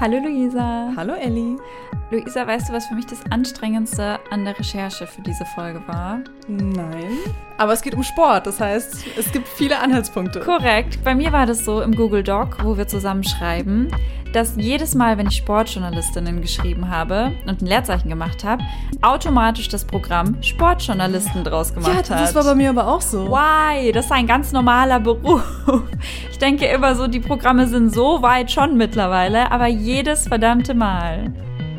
Hallo Luisa. Hallo Elli. Luisa, weißt du, was für mich das Anstrengendste an der Recherche für diese Folge war? Nein, aber es geht um Sport, das heißt, es gibt viele Anhaltspunkte. Korrekt. Bei mir war das so im Google Doc, wo wir zusammenschreiben, dass jedes Mal, wenn ich Sportjournalistinnen geschrieben habe und ein Leerzeichen gemacht habe, automatisch das Programm Sportjournalisten draus gemacht hat. Ja, das war bei mir aber auch so. Why? Das ist ein ganz normaler Beruf. Ich denke immer so, die Programme sind so weit schon mittlerweile, aber jedes verdammte Mal.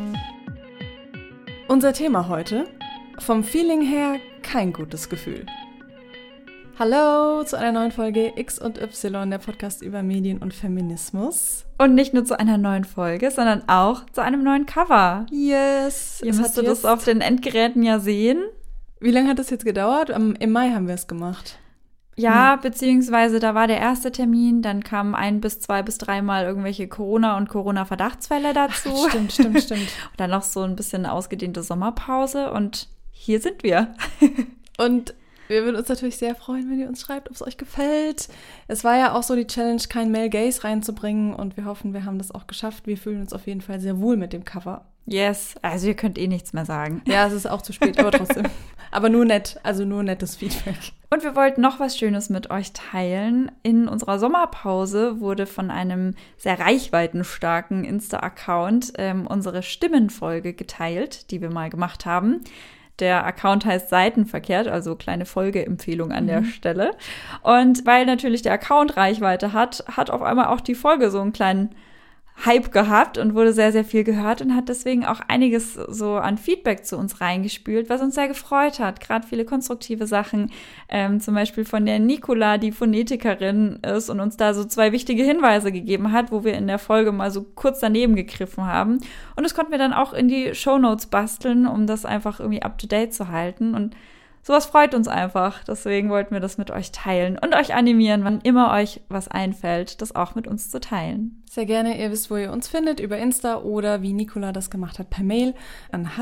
Unser Thema heute: vom Feeling her kein gutes Gefühl. Hallo zu einer neuen Folge X und Y, der Podcast über Medien und Feminismus. Und nicht nur zu einer neuen Folge, sondern auch zu einem neuen Cover. Yes! Ihr müsstet das auf den Endgeräten ja sehen. Wie lange hat das jetzt gedauert? Im Mai haben wir es gemacht. Ja, beziehungsweise da war der erste Termin, dann kamen 1 bis 2 bis 3 Mal irgendwelche Corona- und Corona-Verdachtsfälle dazu. Stimmt. Und dann noch so ein bisschen ausgedehnte Sommerpause und hier sind wir. Und wir würden uns natürlich sehr freuen, wenn ihr uns schreibt, ob es euch gefällt. Es war ja auch so die Challenge, kein Male Gaze reinzubringen und wir hoffen, wir haben das auch geschafft. Wir fühlen uns auf jeden Fall sehr wohl mit dem Cover. Yes, also ihr könnt nichts mehr sagen. Ja, es ist auch zu spät, aber trotzdem. Aber nur nett, also nur nettes Feedback. Und wir wollten noch was Schönes mit euch teilen. In unserer Sommerpause wurde von einem sehr reichweitenstarken Insta-Account unsere Stimmenfolge geteilt, die wir mal gemacht haben. Der Account heißt Seitenverkehrt, also kleine Folgeempfehlung an der Stelle. Und weil natürlich der Account Reichweite hat auf einmal auch die Folge so einen kleinen Hype gehabt und wurde sehr, sehr viel gehört und hat deswegen auch einiges so an Feedback zu uns reingespült, was uns sehr gefreut hat. Gerade viele konstruktive Sachen, zum Beispiel von der Nicola, die Phonetikerin ist und uns da so 2 wichtige Hinweise gegeben hat, wo wir in der Folge mal so kurz daneben gegriffen haben. Und das konnten wir dann auch in die Shownotes basteln, um das einfach irgendwie up-to-date zu halten. Und sowas freut uns einfach. Deswegen wollten wir das mit euch teilen und euch animieren, wann immer euch was einfällt, das auch mit uns zu teilen. Sehr gerne. Ihr wisst, wo ihr uns findet, über Insta oder wie Nicola das gemacht hat, per Mail an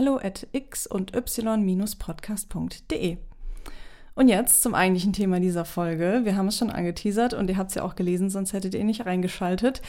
hallo@x-und-y-podcast.de. Und jetzt zum eigentlichen Thema dieser Folge. Wir haben es schon angeteasert und ihr habt es ja auch gelesen, sonst hättet ihr nicht reingeschaltet.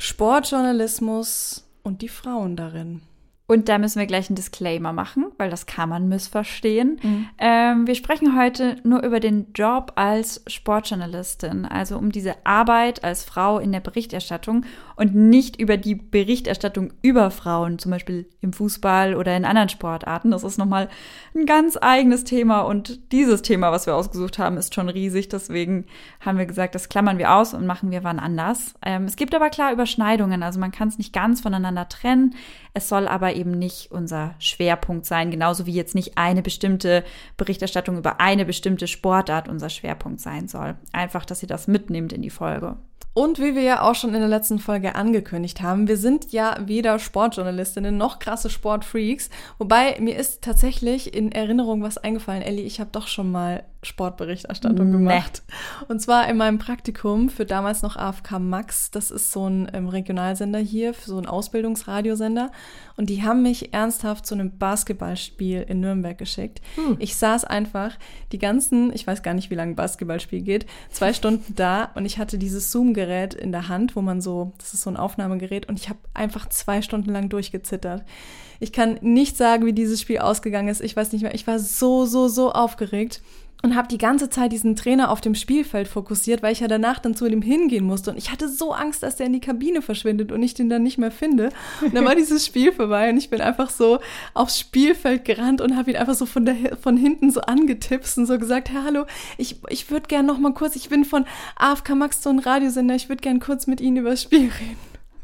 Sportjournalismus und die Frauen darin. Und da müssen wir gleich einen Disclaimer machen, weil das kann man missverstehen. Wir sprechen heute nur über den Job als Sportjournalistin, also um diese Arbeit als Frau in der Berichterstattung und nicht über die Berichterstattung über Frauen, zum Beispiel im Fußball oder in anderen Sportarten. Das ist nochmal ein ganz eigenes Thema und dieses Thema, was wir ausgesucht haben, ist schon riesig. Deswegen haben wir gesagt, das klammern wir aus und machen wir wann anders. Es gibt aber klar Überschneidungen, also man kann es nicht ganz voneinander trennen. Es soll aber eben nicht unser Schwerpunkt sein, genauso wie jetzt nicht eine bestimmte Berichterstattung über eine bestimmte Sportart unser Schwerpunkt sein soll. Einfach, dass ihr das mitnehmt in die Folge. Und wie wir ja auch schon in der letzten Folge angekündigt haben, wir sind ja weder Sportjournalistinnen noch krasse Sportfreaks. Wobei mir ist tatsächlich in Erinnerung was eingefallen, Elli, ich habe doch schon mal Sportberichterstattung gemacht. Und zwar in meinem Praktikum für damals noch AFK Max. Das ist so ein Regionalsender hier, so ein Ausbildungsradiosender. Und die haben mich ernsthaft zu einem Basketballspiel in Nürnberg geschickt. Ich saß einfach die ganzen, ich weiß gar nicht, wie lange ein Basketballspiel geht, 2 Stunden da und ich hatte dieses Zoom-Gerät in der Hand, wo man so, das ist so ein Aufnahmegerät und ich habe einfach 2 Stunden lang durchgezittert. Ich kann nicht sagen, wie dieses Spiel ausgegangen ist. Ich weiß nicht mehr. Ich war so aufgeregt. Und habe die ganze Zeit diesen Trainer auf dem Spielfeld fokussiert, weil ich ja danach dann zu ihm hingehen musste. Und ich hatte so Angst, dass der in die Kabine verschwindet und ich den dann nicht mehr finde. Und dann war dieses Spiel vorbei und ich bin einfach so aufs Spielfeld gerannt und habe ihn einfach so von hinten so angetipst und so gesagt, hey, hallo, ich würde gerne noch mal kurz, ich bin von AFK Max, so ein Radiosender, ich würde gerne kurz mit Ihnen über das Spiel reden.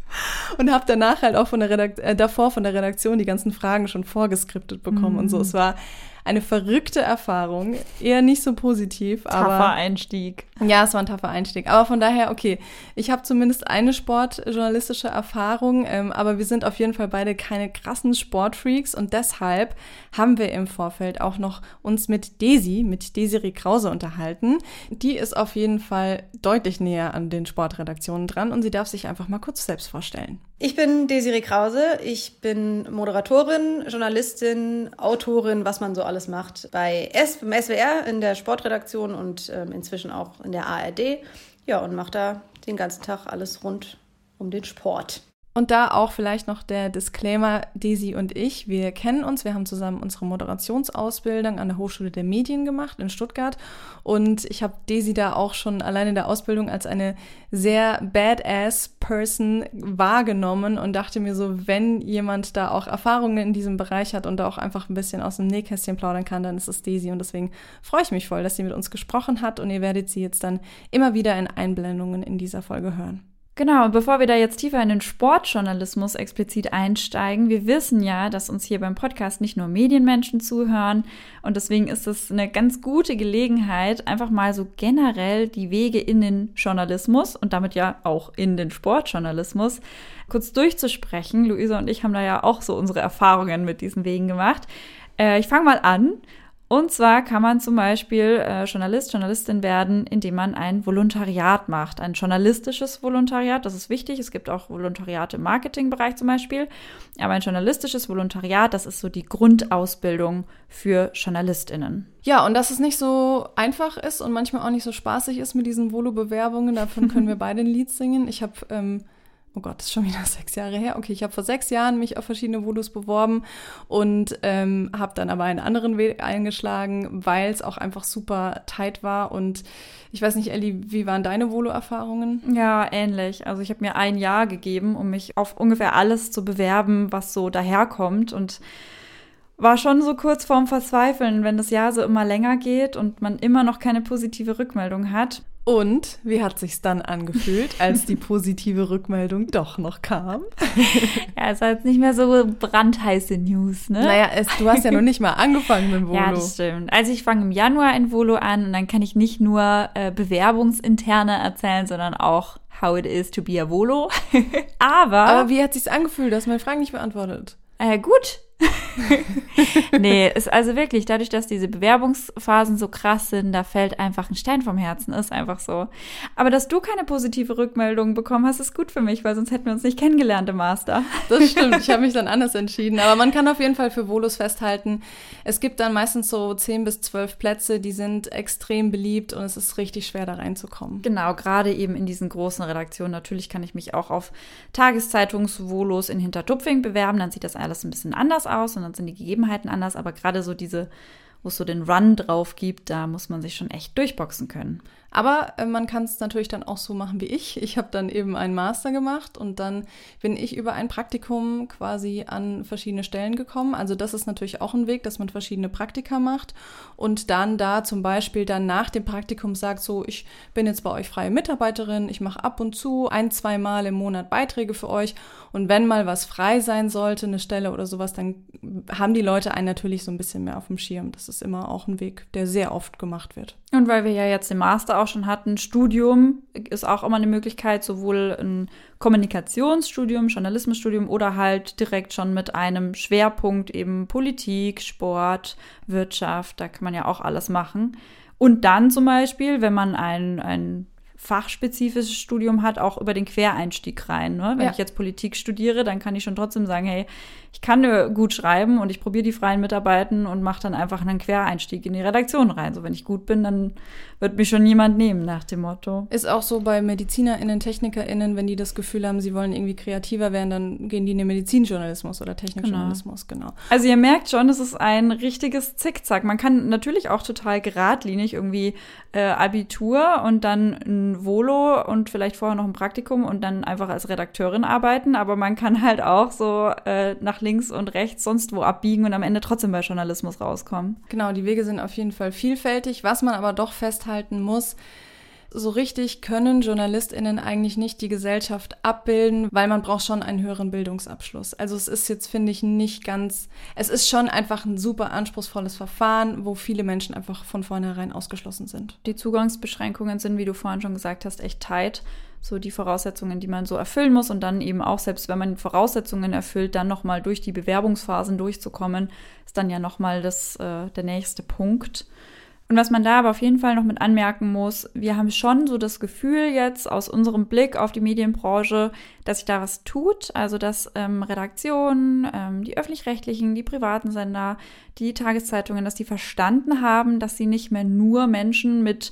Und habe danach halt auch davor von der Redaktion die ganzen Fragen schon vorgeskriptet bekommen und so. Es war eine verrückte Erfahrung, eher nicht so positiv. Taffer Einstieg. Ja, es war ein taffer Einstieg. Aber von daher, okay, ich habe zumindest eine sportjournalistische Erfahrung, aber wir sind auf jeden Fall beide keine krassen Sportfreaks und deshalb haben wir im Vorfeld auch noch uns mit Desiree Krause unterhalten. Die ist auf jeden Fall deutlich näher an den Sportredaktionen dran und sie darf sich einfach mal kurz selbst vorstellen. Ich bin Desiree Krause, ich bin Moderatorin, Journalistin, Autorin, was man so alles macht beim SWR in der Sportredaktion und inzwischen auch in der ARD. Ja, und mache da den ganzen Tag alles rund um den Sport. Und da auch vielleicht noch der Disclaimer, Daisy und ich, wir kennen uns, wir haben zusammen unsere Moderationsausbildung an der Hochschule der Medien gemacht in Stuttgart und ich habe Daisy da auch schon allein in der Ausbildung als eine sehr badass Person wahrgenommen und dachte mir so, wenn jemand da auch Erfahrungen in diesem Bereich hat und da auch einfach ein bisschen aus dem Nähkästchen plaudern kann, dann ist es Daisy und deswegen freue ich mich voll, dass sie mit uns gesprochen hat und ihr werdet sie jetzt dann immer wieder in Einblendungen in dieser Folge hören. Genau, und bevor wir da jetzt tiefer in den Sportjournalismus explizit einsteigen, wir wissen ja, dass uns hier beim Podcast nicht nur Medienmenschen zuhören und deswegen ist es eine ganz gute Gelegenheit, einfach mal so generell die Wege in den Journalismus und damit ja auch in den Sportjournalismus kurz durchzusprechen. Luisa und ich haben da ja auch so unsere Erfahrungen mit diesen Wegen gemacht. Ich fange mal an. Und zwar kann man zum Beispiel Journalist, Journalistin werden, indem man ein Volontariat macht. Ein journalistisches Volontariat, das ist wichtig. Es gibt auch Volontariate im Marketingbereich zum Beispiel. Aber ein journalistisches Volontariat, das ist so die Grundausbildung für JournalistInnen. Ja, und dass es nicht so einfach ist und manchmal auch nicht so spaßig ist mit diesen Volo-Bewerbungen. Davon können wir beide ein Lied singen. Ich habe oh Gott, das ist schon wieder 6 Jahre her. Okay, ich habe vor 6 Jahren mich auf verschiedene Volos beworben und habe dann aber einen anderen Weg eingeschlagen, weil es auch einfach super tight war. Und ich weiß nicht, Elli, wie waren deine Volo-Erfahrungen? Ja, ähnlich. Also ich habe mir 1 Jahr gegeben, um mich auf ungefähr alles zu bewerben, was so daherkommt und war schon so kurz vorm Verzweifeln, wenn das Jahr so immer länger geht und man immer noch keine positive Rückmeldung hat. Und wie hat sich's dann angefühlt, als die positive Rückmeldung doch noch kam? Ja, es war jetzt nicht mehr so brandheiße News, ne? Naja, du hast ja noch nicht mal angefangen mit Volo. Ja, das stimmt. Also ich fange im Januar in Volo an und dann kann ich nicht nur Bewerbungsinterne erzählen, sondern auch how it is to be a Volo. Aber wie hat sich's angefühlt? Du hast meine Fragen nicht beantwortet. Gut. Nee, ist also wirklich, dadurch, dass diese Bewerbungsphasen so krass sind, da fällt einfach ein Stein vom Herzen, ist einfach so. Aber dass du keine positive Rückmeldung bekommen hast, ist gut für mich, weil sonst hätten wir uns nicht kennengelernt im Master. Das stimmt, ich habe mich dann anders entschieden. Aber man kann auf jeden Fall für Volos festhalten, es gibt dann meistens so 10 bis 12 Plätze, die sind extrem beliebt und es ist richtig schwer, da reinzukommen. Genau, gerade eben in diesen großen Redaktionen. Natürlich kann ich mich auch auf Tageszeitungs-Volos in Hintertupfing bewerben, dann sieht das alles ein bisschen anders aus und dann sind die Gegebenheiten anders, aber gerade so diese, wo es so den Run drauf gibt, da muss man sich schon echt durchboxen können. Aber man kann es natürlich dann auch so machen wie ich. Ich habe dann eben einen Master gemacht und dann bin ich über ein Praktikum quasi an verschiedene Stellen gekommen. Also das ist natürlich auch ein Weg, dass man verschiedene Praktika macht und dann da zum Beispiel dann nach dem Praktikum sagt, so, ich bin jetzt bei euch freie Mitarbeiterin, ich mache ab und zu 1-2 Mal im Monat Beiträge für euch und wenn mal was frei sein sollte, eine Stelle oder sowas, dann haben die Leute einen natürlich so ein bisschen mehr auf dem Schirm. Das ist immer auch ein Weg, der sehr oft gemacht wird. Und weil wir ja jetzt den Master auch schon hatten, Studium ist auch immer eine Möglichkeit, sowohl ein Kommunikationsstudium, Journalismusstudium oder halt direkt schon mit einem Schwerpunkt eben Politik, Sport, Wirtschaft, da kann man ja auch alles machen. Und dann zum Beispiel, wenn man ein fachspezifisches Studium hat, auch über den Quereinstieg rein. Ne? Wenn ich jetzt Politik studiere, dann kann ich schon trotzdem sagen, hey, ich kann gut schreiben und ich probiere die freien Mitarbeiten und mache dann einfach einen Quereinstieg in die Redaktion rein. So, wenn ich gut bin, dann wird mich schon niemand nehmen, nach dem Motto. Ist auch so bei MedizinerInnen, TechnikerInnen, wenn die das Gefühl haben, sie wollen irgendwie kreativer werden, dann gehen die in den Medizinjournalismus oder Technikjournalismus, genau. Also ihr merkt schon, es ist ein richtiges Zickzack. Man kann natürlich auch total geradlinig irgendwie Abitur und dann ein Volo und vielleicht vorher noch ein Praktikum und dann einfach als Redakteurin arbeiten, aber man kann halt auch so nach links und rechts sonst wo abbiegen und am Ende trotzdem bei Journalismus rauskommen. Genau, die Wege sind auf jeden Fall vielfältig. Was man aber doch festhalten muss, so richtig können JournalistInnen eigentlich nicht die Gesellschaft abbilden, weil man braucht schon einen höheren Bildungsabschluss. Also es ist jetzt, finde ich, nicht ganz, es ist schon einfach ein super anspruchsvolles Verfahren, wo viele Menschen einfach von vornherein ausgeschlossen sind. Die Zugangsbeschränkungen sind, wie du vorhin schon gesagt hast, echt tight. So die Voraussetzungen, die man so erfüllen muss und dann eben auch, selbst wenn man Voraussetzungen erfüllt, dann nochmal durch die Bewerbungsphasen durchzukommen, ist dann ja nochmal der nächste Punkt. Und was man da aber auf jeden Fall noch mit anmerken muss, wir haben schon so das Gefühl jetzt aus unserem Blick auf die Medienbranche, dass sich da was tut. Also dass Redaktionen, die öffentlich-rechtlichen, die privaten Sender, die Tageszeitungen, dass die verstanden haben, dass sie nicht mehr nur Menschen mit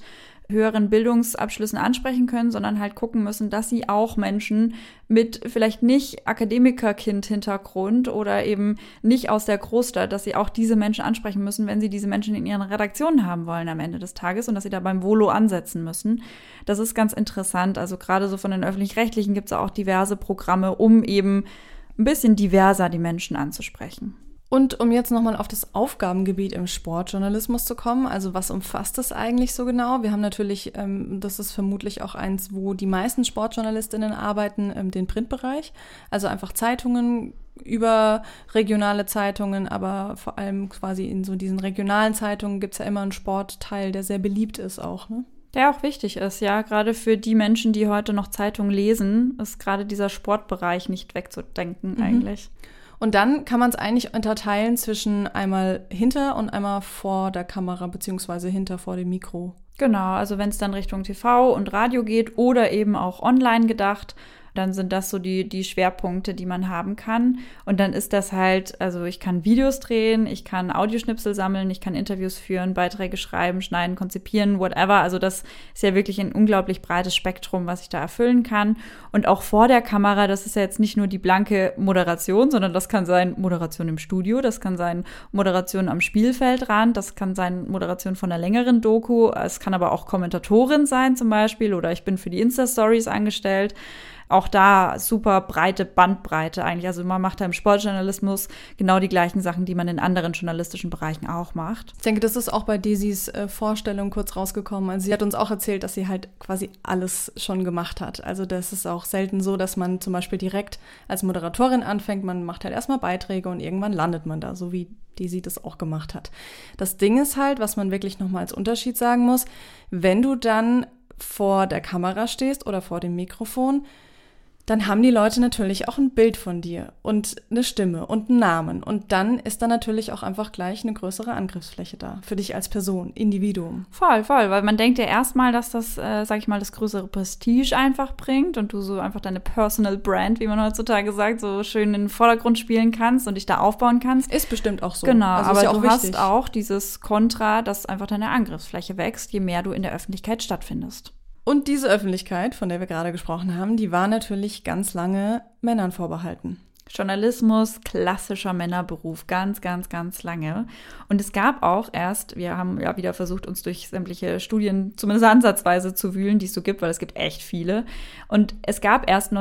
höheren Bildungsabschlüssen ansprechen können, sondern halt gucken müssen, dass sie auch Menschen mit vielleicht nicht Akademiker-Kind-Hintergrund oder eben nicht aus der Großstadt, dass sie auch diese Menschen ansprechen müssen, wenn sie diese Menschen in ihren Redaktionen haben wollen am Ende des Tages und dass sie da beim Volo ansetzen müssen. Das ist ganz interessant. Also gerade so von den Öffentlich-Rechtlichen gibt es auch diverse Programme, um eben ein bisschen diverser die Menschen anzusprechen. Und um jetzt nochmal auf das Aufgabengebiet im Sportjournalismus zu kommen, also was umfasst das eigentlich so genau? Wir haben natürlich, das ist vermutlich auch eins, wo die meisten SportjournalistInnen arbeiten, den Printbereich, also einfach Zeitungen, überregionale Zeitungen, aber vor allem quasi in so diesen regionalen Zeitungen gibt es ja immer einen Sportteil, der sehr beliebt ist auch, ne? Der auch wichtig ist, ja, gerade für die Menschen, die heute noch Zeitungen lesen, ist gerade dieser Sportbereich nicht wegzudenken eigentlich. Und dann kann man es eigentlich unterteilen zwischen einmal hinter und einmal vor der Kamera, beziehungsweise hinter vor dem Mikro. Genau, also wenn es dann Richtung TV und Radio geht oder eben auch online gedacht, dann sind das so die Schwerpunkte, die man haben kann. Und dann ist das halt, also ich kann Videos drehen, ich kann Audioschnipsel sammeln, ich kann Interviews führen, Beiträge schreiben, schneiden, konzipieren, whatever. Also das ist ja wirklich ein unglaublich breites Spektrum, was ich da erfüllen kann. Und auch vor der Kamera, das ist ja jetzt nicht nur die blanke Moderation, sondern das kann sein Moderation im Studio, das kann sein Moderation am Spielfeldrand, das kann sein Moderation von einer längeren Doku, es kann aber auch Kommentatorin sein zum Beispiel oder ich bin für die Insta-Stories angestellt. Auch da super breite Bandbreite eigentlich. Also man macht da im Sportjournalismus genau die gleichen Sachen, die man in anderen journalistischen Bereichen auch macht. Ich denke, das ist auch bei Desis Vorstellung kurz rausgekommen. Also sie hat uns auch erzählt, dass sie halt quasi alles schon gemacht hat. Also das ist auch selten so, dass man zum Beispiel direkt als Moderatorin anfängt. Man macht halt erstmal Beiträge und irgendwann landet man da, so wie Desi das auch gemacht hat. Das Ding ist halt, was man wirklich nochmal als Unterschied sagen muss, wenn du dann vor der Kamera stehst oder vor dem Mikrofon, dann haben die Leute natürlich auch ein Bild von dir und eine Stimme und einen Namen. Und dann ist da natürlich auch einfach gleich eine größere Angriffsfläche da für dich als Person, Individuum. Voll, weil man denkt ja erstmal, dass das, sag ich mal, das größere Prestige einfach bringt und du so einfach deine Personal Brand, wie man heutzutage sagt, so schön in den Vordergrund spielen kannst und dich da aufbauen kannst. Ist bestimmt auch so. Genau, also aber ja du wichtig. hast auch dieses Kontra, dass einfach deine Angriffsfläche wächst, je mehr du in der Öffentlichkeit stattfindest. Und diese Öffentlichkeit, von der wir gerade gesprochen haben, die war natürlich ganz lange Männern vorbehalten. Journalismus, klassischer Männerberuf, ganz, ganz, ganz lange. Und es gab auch erst, wir haben ja wieder versucht, uns durch sämtliche Studien zumindest ansatzweise zu wühlen, die es so gibt, weil es gibt echt viele. Und es gab erst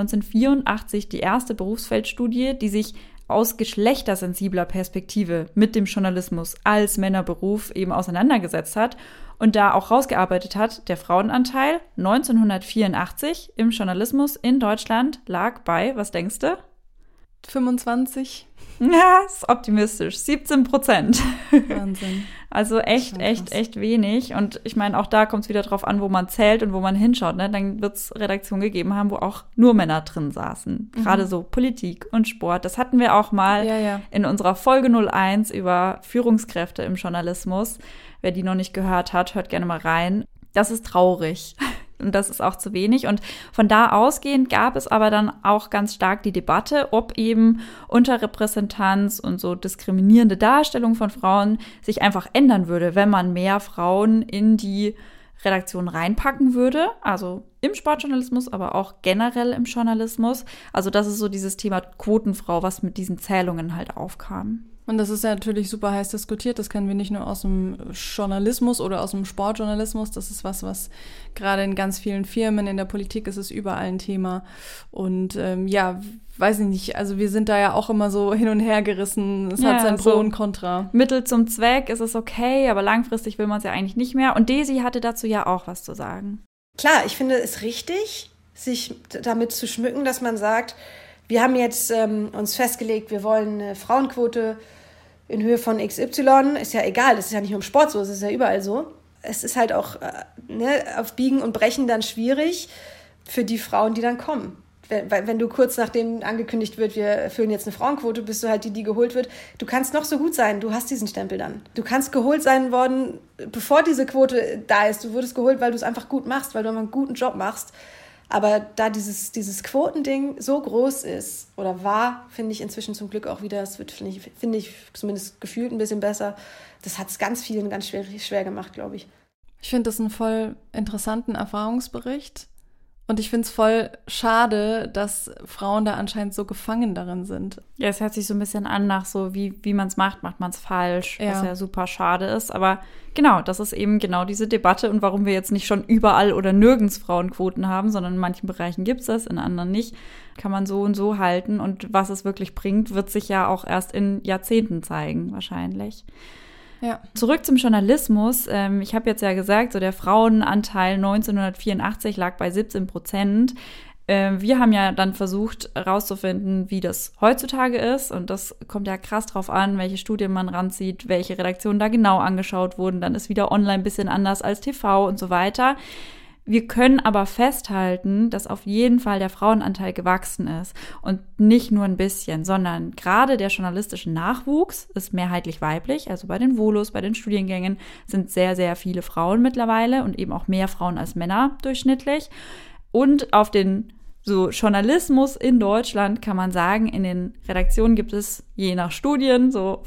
1984 die erste Berufsfeldstudie, die sich aus geschlechtersensibler Perspektive mit dem Journalismus als Männerberuf eben auseinandergesetzt hat und da auch rausgearbeitet hat, der Frauenanteil 1984 im Journalismus in Deutschland lag bei, was denkst du? 25? Ja, ist optimistisch. 17%. Wahnsinn. Also echt wenig. Und ich meine, auch da kommt es wieder drauf an, wo man zählt und wo man hinschaut. Ne? Dann wird es Redaktionen gegeben haben, wo auch nur Männer drin saßen. Gerade so Politik und Sport. Das hatten wir auch mal in unserer Folge 01 über Führungskräfte im Journalismus. Wer die noch nicht gehört hat, hört gerne mal rein. Das ist traurig. Und das ist auch zu wenig. Und von da ausgehend gab es aber dann auch ganz stark die Debatte, ob eben Unterrepräsentanz und so diskriminierende Darstellung von Frauen sich einfach ändern würde, wenn man mehr Frauen in die Redaktion reinpacken würde. Also im Sportjournalismus, aber auch generell im Journalismus. Also das ist so dieses Thema Quotenfrau, was mit diesen Zählungen halt aufkam. Und das ist ja natürlich super heiß diskutiert. Das kennen wir nicht nur aus dem Journalismus oder aus dem Sportjournalismus. Das ist was gerade in ganz vielen Firmen, in der Politik ist es überall ein Thema. Und weiß ich nicht, also wir sind da ja auch immer so hin und her gerissen. Es hat sein Pro und Contra. Mittel zum Zweck ist es okay, aber langfristig will man es ja eigentlich nicht mehr. Und Desi hatte dazu ja auch was zu sagen. Klar, ich finde es richtig, sich damit zu schmücken, dass man sagt, wir haben jetzt uns festgelegt, wir wollen eine Frauenquote in Höhe von XY, ist ja egal, das ist ja nicht nur im Sport so, es ist ja überall so. Es ist halt auch auf Biegen und Brechen dann schwierig für die Frauen, die dann kommen. Wenn du kurz nachdem angekündigt wird, wir erfüllen jetzt eine Frauenquote, bist du halt die geholt wird. Du kannst noch so gut sein, du hast diesen Stempel dann. Du kannst geholt sein worden, bevor diese Quote da ist. Du wurdest geholt, weil du es einfach gut machst, weil du immer einen guten Job machst. Aber da dieses Quotending so groß ist oder war, finde ich inzwischen zum Glück auch wieder, es wird, finde ich zumindest gefühlt ein bisschen besser. Das hat es ganz vielen ganz schwer gemacht, glaube ich. Ich finde das einen voll interessanten Erfahrungsbericht. Und ich finde es voll schade, dass Frauen da anscheinend so gefangen darin sind. Ja, es hört sich so ein bisschen an nach so, wie man es macht man es falsch, Ja. was ja super schade ist. Aber genau, das ist eben genau diese Debatte und warum wir jetzt nicht schon überall oder nirgends Frauenquoten haben, sondern in manchen Bereichen gibt es das, in anderen nicht. Kann man so und so halten. Und was es wirklich bringt, wird sich ja auch erst in Jahrzehnten zeigen, wahrscheinlich. Ja. Zurück zum Journalismus. Ich habe jetzt ja gesagt, so der Frauenanteil 1984 lag bei 17%. Wir haben ja dann versucht herauszufinden, wie das heutzutage ist. Und das kommt ja krass drauf an, welche Studien man ranzieht, welche Redaktionen da genau angeschaut wurden. Dann ist wieder online ein bisschen anders als TV und so weiter. Wir können aber festhalten, dass auf jeden Fall der Frauenanteil gewachsen ist. Und nicht nur ein bisschen, sondern gerade der journalistische Nachwuchs ist mehrheitlich weiblich. Also bei den Volos, bei den Studiengängen sind sehr, sehr viele Frauen mittlerweile und eben auch mehr Frauen als Männer durchschnittlich. Und auf den so Journalismus in Deutschland kann man sagen, in den Redaktionen gibt es je nach Studien so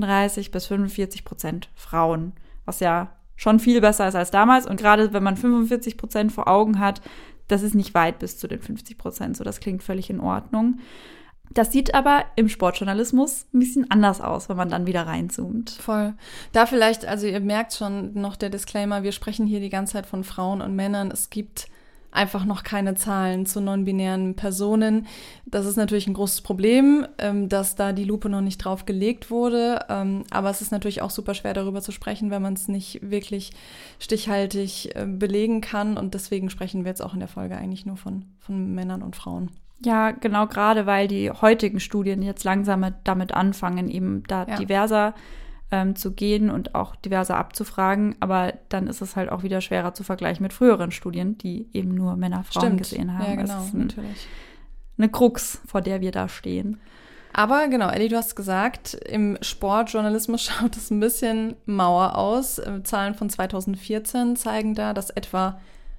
35-45% Frauen, was ja schon viel besser ist als damals. Und gerade wenn man 45% vor Augen hat, das ist nicht weit bis zu den 50%. So, das klingt völlig in Ordnung. Das sieht aber im Sportjournalismus ein bisschen anders aus, wenn man dann wieder reinzoomt. Voll. Da vielleicht, also ihr merkt schon noch der Disclaimer, wir sprechen hier die ganze Zeit von Frauen und Männern. Es gibt einfach noch keine Zahlen zu non-binären Personen. Das ist natürlich ein großes Problem, dass da die Lupe noch nicht drauf gelegt wurde. Aber es ist natürlich auch super schwer, darüber zu sprechen, wenn man es nicht wirklich stichhaltig belegen kann. Und deswegen sprechen wir jetzt auch in der Folge eigentlich nur von Männern und Frauen. Ja, genau, gerade weil die heutigen Studien jetzt langsam damit anfangen, eben da diverser zu gehen und auch diverser abzufragen, aber dann ist es halt auch wieder schwerer zu vergleichen mit früheren Studien, die eben nur Männer, Frauen gesehen haben. Ja, genau, das ist natürlich. Eine Krux, vor der wir da stehen. Aber genau, Elli, du hast gesagt, im Sportjournalismus schaut es ein bisschen mauer aus. Zahlen von 2014 zeigen da, dass etwa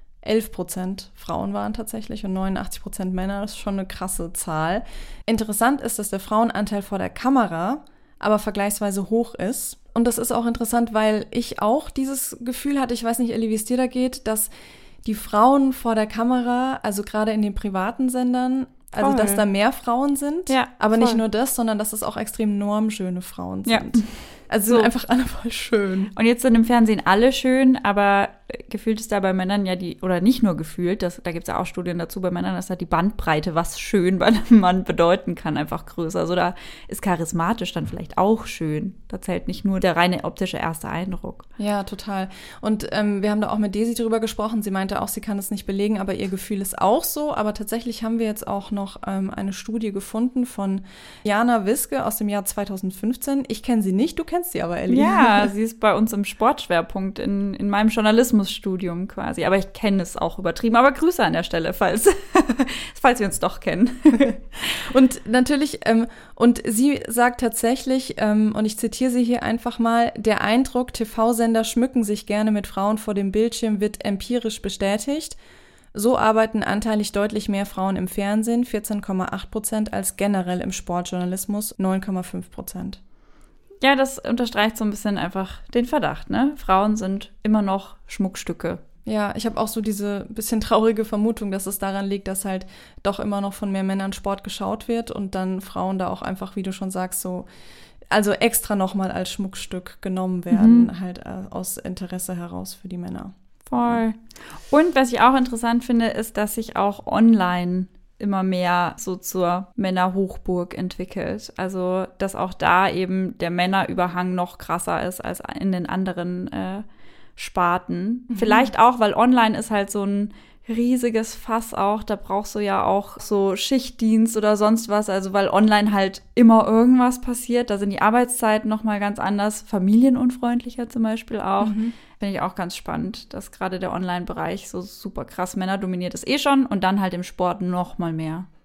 11% Frauen waren tatsächlich und 89% Männer. Das ist schon eine krasse Zahl. Interessant ist, dass der Frauenanteil vor der Kamera aber vergleichsweise hoch ist. Und das ist auch interessant, weil ich auch dieses Gefühl hatte, ich weiß nicht, Elli, wie es dir da geht, dass die Frauen vor der Kamera, also gerade in den privaten Sendern, also dass da mehr Frauen sind, aber nicht nur das, sondern dass es auch extrem normschöne Frauen sind. Also sind einfach alle voll schön. Und jetzt sind im Fernsehen alle schön, aber gefühlt ist da bei Männern ja oder nicht nur gefühlt, da gibt es ja auch Studien dazu, bei Männern ist halt die Bandbreite, was schön bei einem Mann bedeuten kann, einfach größer. Also da ist charismatisch dann vielleicht auch schön. Da zählt nicht nur der reine optische erste Eindruck. Ja, total. Und wir haben da auch mit Desi drüber gesprochen. Sie meinte auch, sie kann es nicht belegen, aber ihr Gefühl ist auch so. Aber tatsächlich haben wir jetzt auch noch eine Studie gefunden von Jana Wiske aus dem Jahr 2015. Ich kenne sie nicht, du kennst sie aber, Elli. Ja, sie ist bei uns im Sportschwerpunkt in meinem Journalismusstudium quasi. Aber ich kenne es auch übertrieben. Aber Grüße an der Stelle, falls wir uns doch kennen. Und natürlich, und sie sagt tatsächlich, und ich zitiere sie hier einfach mal, der Eindruck, TV-Sender schmücken sich gerne mit Frauen vor dem Bildschirm, wird empirisch bestätigt. So arbeiten anteilig deutlich mehr Frauen im Fernsehen, 14,8%, als generell im Sportjournalismus, 9,5%. Ja, das unterstreicht so ein bisschen einfach den Verdacht, ne? Frauen sind immer noch Schmuckstücke. Ja, ich habe auch so diese bisschen traurige Vermutung, dass es daran liegt, dass halt doch immer noch von mehr Männern Sport geschaut wird und dann Frauen da auch einfach, wie du schon sagst, so also extra nochmal als Schmuckstück genommen werden, halt aus Interesse heraus für die Männer. Voll. Und was ich auch interessant finde, ist, dass sich auch online immer mehr so zur Männerhochburg entwickelt. Also, dass auch da eben der Männerüberhang noch krasser ist als in den anderen Sparten. Vielleicht auch, weil online ist halt so ein riesiges Fass auch. Da brauchst du ja auch so Schichtdienst oder sonst was. Also, weil online halt immer irgendwas passiert. Da sind die Arbeitszeiten nochmal ganz anders. Familienunfreundlicher zum Beispiel auch. Finde ich auch ganz spannend, dass gerade der Online-Bereich so super krass männerdominiert ist schon und dann halt im Sport noch mal mehr.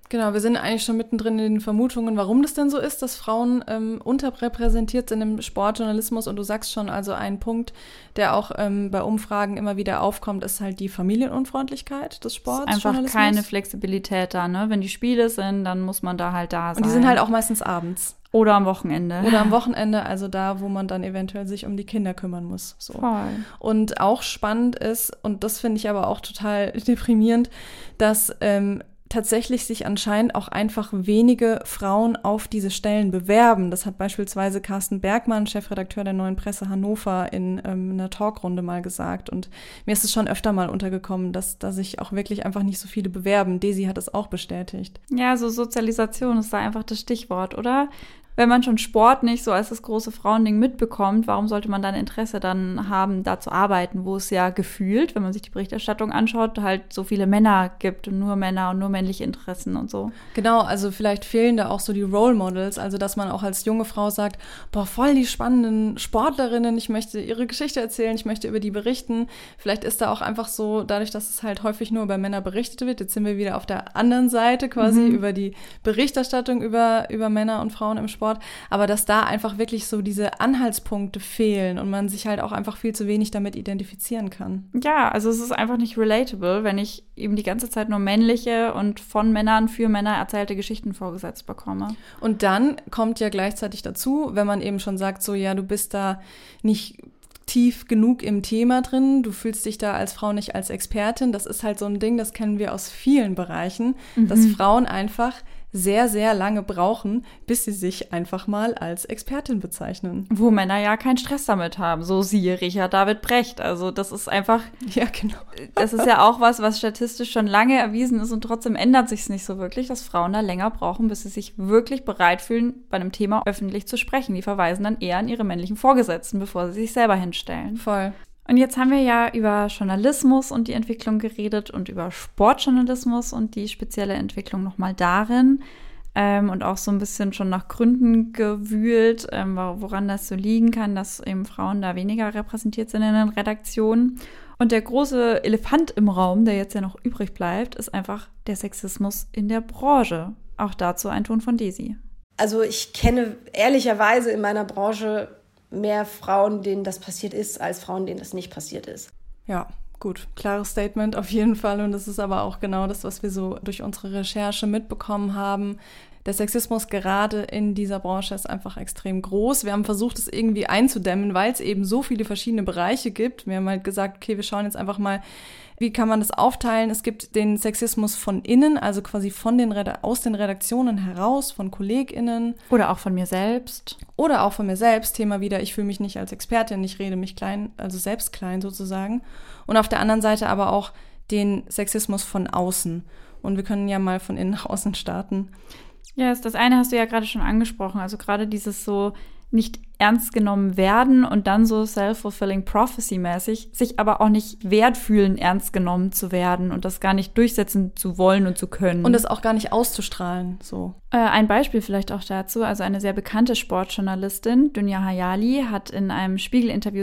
Genau, wir sind eigentlich schon mittendrin in den Vermutungen, warum das denn so ist, dass Frauen unterrepräsentiert sind im Sportjournalismus. Und du sagst schon, also ein Punkt, der auch bei Umfragen immer wieder aufkommt, ist halt die Familienunfreundlichkeit des Sportjournalismus. Einfach keine Flexibilität da, ne? Wenn die Spiele sind, dann muss man da halt da sein. Und die sind halt auch meistens abends. Oder am Wochenende. Oder am Wochenende, also da, wo man dann eventuell sich um die Kinder kümmern muss. So. Voll. Und auch spannend ist, und das finde ich aber auch total deprimierend, dass tatsächlich sich anscheinend auch einfach wenige Frauen auf diese Stellen bewerben. Das hat beispielsweise Carsten Bergmann, Chefredakteur der Neuen Presse Hannover, in einer Talkrunde mal gesagt. Und mir ist es schon öfter mal untergekommen, dass da sich auch wirklich einfach nicht so viele bewerben. Desi hat es auch bestätigt. Ja, so Sozialisation ist da einfach das Stichwort, oder? Wenn man schon Sport nicht so als das große Frauending mitbekommt, warum sollte man dann Interesse dann haben, da zu arbeiten, wo es ja gefühlt, wenn man sich die Berichterstattung anschaut, halt so viele Männer gibt und nur Männer und nur männliche Interessen und so. Genau, also vielleicht fehlen da auch so die Role Models, also dass man auch als junge Frau sagt, boah, voll die spannenden Sportlerinnen, ich möchte ihre Geschichte erzählen, ich möchte über die berichten. Vielleicht ist da auch einfach so, dadurch, dass es halt häufig nur über Männer berichtet wird, jetzt sind wir wieder auf der anderen Seite quasi über die Berichterstattung über Männer und Frauen im Sport, aber dass da einfach wirklich so diese Anhaltspunkte fehlen und man sich halt auch einfach viel zu wenig damit identifizieren kann. Ja, also es ist einfach nicht relatable, wenn ich eben die ganze Zeit nur männliche und von Männern für Männer erzählte Geschichten vorgesetzt bekomme. Und dann kommt ja gleichzeitig dazu, wenn man eben schon sagt, so ja, du bist da nicht tief genug im Thema drin, du fühlst dich da als Frau nicht als Expertin, das ist halt so ein Ding, das kennen wir aus vielen Bereichen, dass Frauen einfach sehr, sehr lange brauchen, bis sie sich einfach mal als Expertin bezeichnen. Wo Männer ja keinen Stress damit haben. So siehe Richard David Brecht. Also das ist einfach, ja, genau. Das ist ja auch was statistisch schon lange erwiesen ist und trotzdem ändert sich es nicht so wirklich, dass Frauen da länger brauchen, bis sie sich wirklich bereit fühlen, bei einem Thema öffentlich zu sprechen. Die verweisen dann eher an ihre männlichen Vorgesetzten, bevor sie sich selber hinstellen. Voll. Und jetzt haben wir ja über Journalismus und die Entwicklung geredet und über Sportjournalismus und die spezielle Entwicklung nochmal darin und auch so ein bisschen schon nach Gründen gewühlt, woran das so liegen kann, dass eben Frauen da weniger repräsentiert sind in den Redaktionen. Und der große Elefant im Raum, der jetzt ja noch übrig bleibt, ist einfach der Sexismus in der Branche. Auch dazu ein Ton von Desi. Also ich kenne ehrlicherweise in meiner Branche mehr Frauen, denen das passiert ist, als Frauen, denen das nicht passiert ist. Ja, gut. Klares Statement auf jeden Fall. Und das ist aber auch genau das, was wir so durch unsere Recherche mitbekommen haben. Der Sexismus gerade in dieser Branche ist einfach extrem groß. Wir haben versucht, es irgendwie einzudämmen, weil es eben so viele verschiedene Bereiche gibt. Wir haben halt gesagt, okay, wir schauen jetzt einfach mal, wie kann man das aufteilen? Es gibt den Sexismus von innen, also quasi aus den Redaktionen heraus, von KollegInnen. Oder auch von mir selbst. Oder auch von mir selbst. Thema wieder, ich fühle mich nicht als Expertin, ich rede mich klein, also selbst klein sozusagen. Und auf der anderen Seite aber auch den Sexismus von außen. Und wir können ja mal von innen nach außen starten. Ja, das eine hast du ja gerade schon angesprochen. Also gerade dieses so nicht ernst genommen werden und dann so self-fulfilling prophecy-mäßig sich aber auch nicht wert fühlen, ernst genommen zu werden und das gar nicht durchsetzen zu wollen und zu können. Und das auch gar nicht auszustrahlen, so. Ein Beispiel vielleicht auch dazu, also eine sehr bekannte Sportjournalistin, Dunja Hayali, hat in einem Spiegel-Interview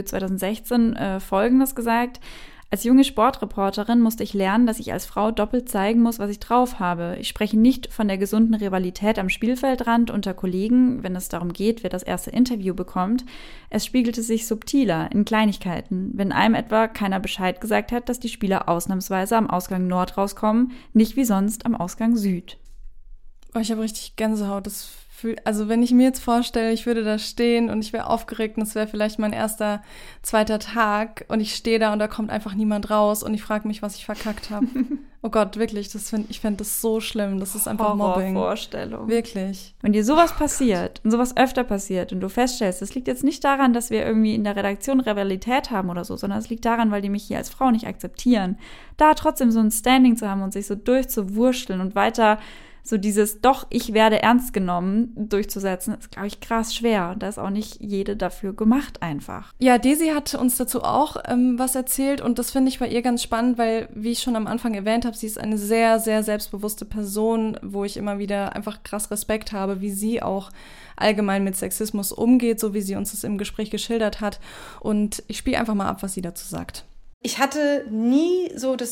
2016 Folgendes gesagt: Als junge Sportreporterin musste ich lernen, dass ich als Frau doppelt zeigen muss, was ich drauf habe. Ich spreche nicht von der gesunden Rivalität am Spielfeldrand unter Kollegen, wenn es darum geht, wer das erste Interview bekommt. Es spiegelte sich subtiler, in Kleinigkeiten. Wenn einem etwa keiner Bescheid gesagt hat, dass die Spieler ausnahmsweise am Ausgang Nord rauskommen, nicht wie sonst am Ausgang Süd. Oh, ich habe richtig Gänsehaut. Also wenn ich mir jetzt vorstelle, ich würde da stehen und ich wäre aufgeregt und es wäre vielleicht mein erster, zweiter Tag und ich stehe da und da kommt einfach niemand raus und ich frage mich, was ich verkackt habe. Oh Gott, wirklich, ich fände das so schlimm. Das ist einfach Mobbing. Horrorvorstellung. Wirklich. Wenn dir sowas passiert und sowas öfter passiert und du feststellst, das liegt jetzt nicht daran, dass wir irgendwie in der Redaktion Rivalität haben oder so, sondern es liegt daran, weil die mich hier als Frau nicht akzeptieren, da trotzdem so ein Standing zu haben und sich so durchzuwurschteln und weiter so dieses doch, ich werde ernst genommen durchzusetzen, ist, glaube ich, krass schwer. Und da ist auch nicht jede dafür gemacht einfach. Ja, Desi hat uns dazu auch was erzählt und das finde ich bei ihr ganz spannend, weil, wie ich schon am Anfang erwähnt habe, sie ist eine sehr, sehr selbstbewusste Person, wo ich immer wieder einfach krass Respekt habe, wie sie auch allgemein mit Sexismus umgeht, so wie sie uns das im Gespräch geschildert hat. Und ich spiele einfach mal ab, was sie dazu sagt. Ich hatte nie so das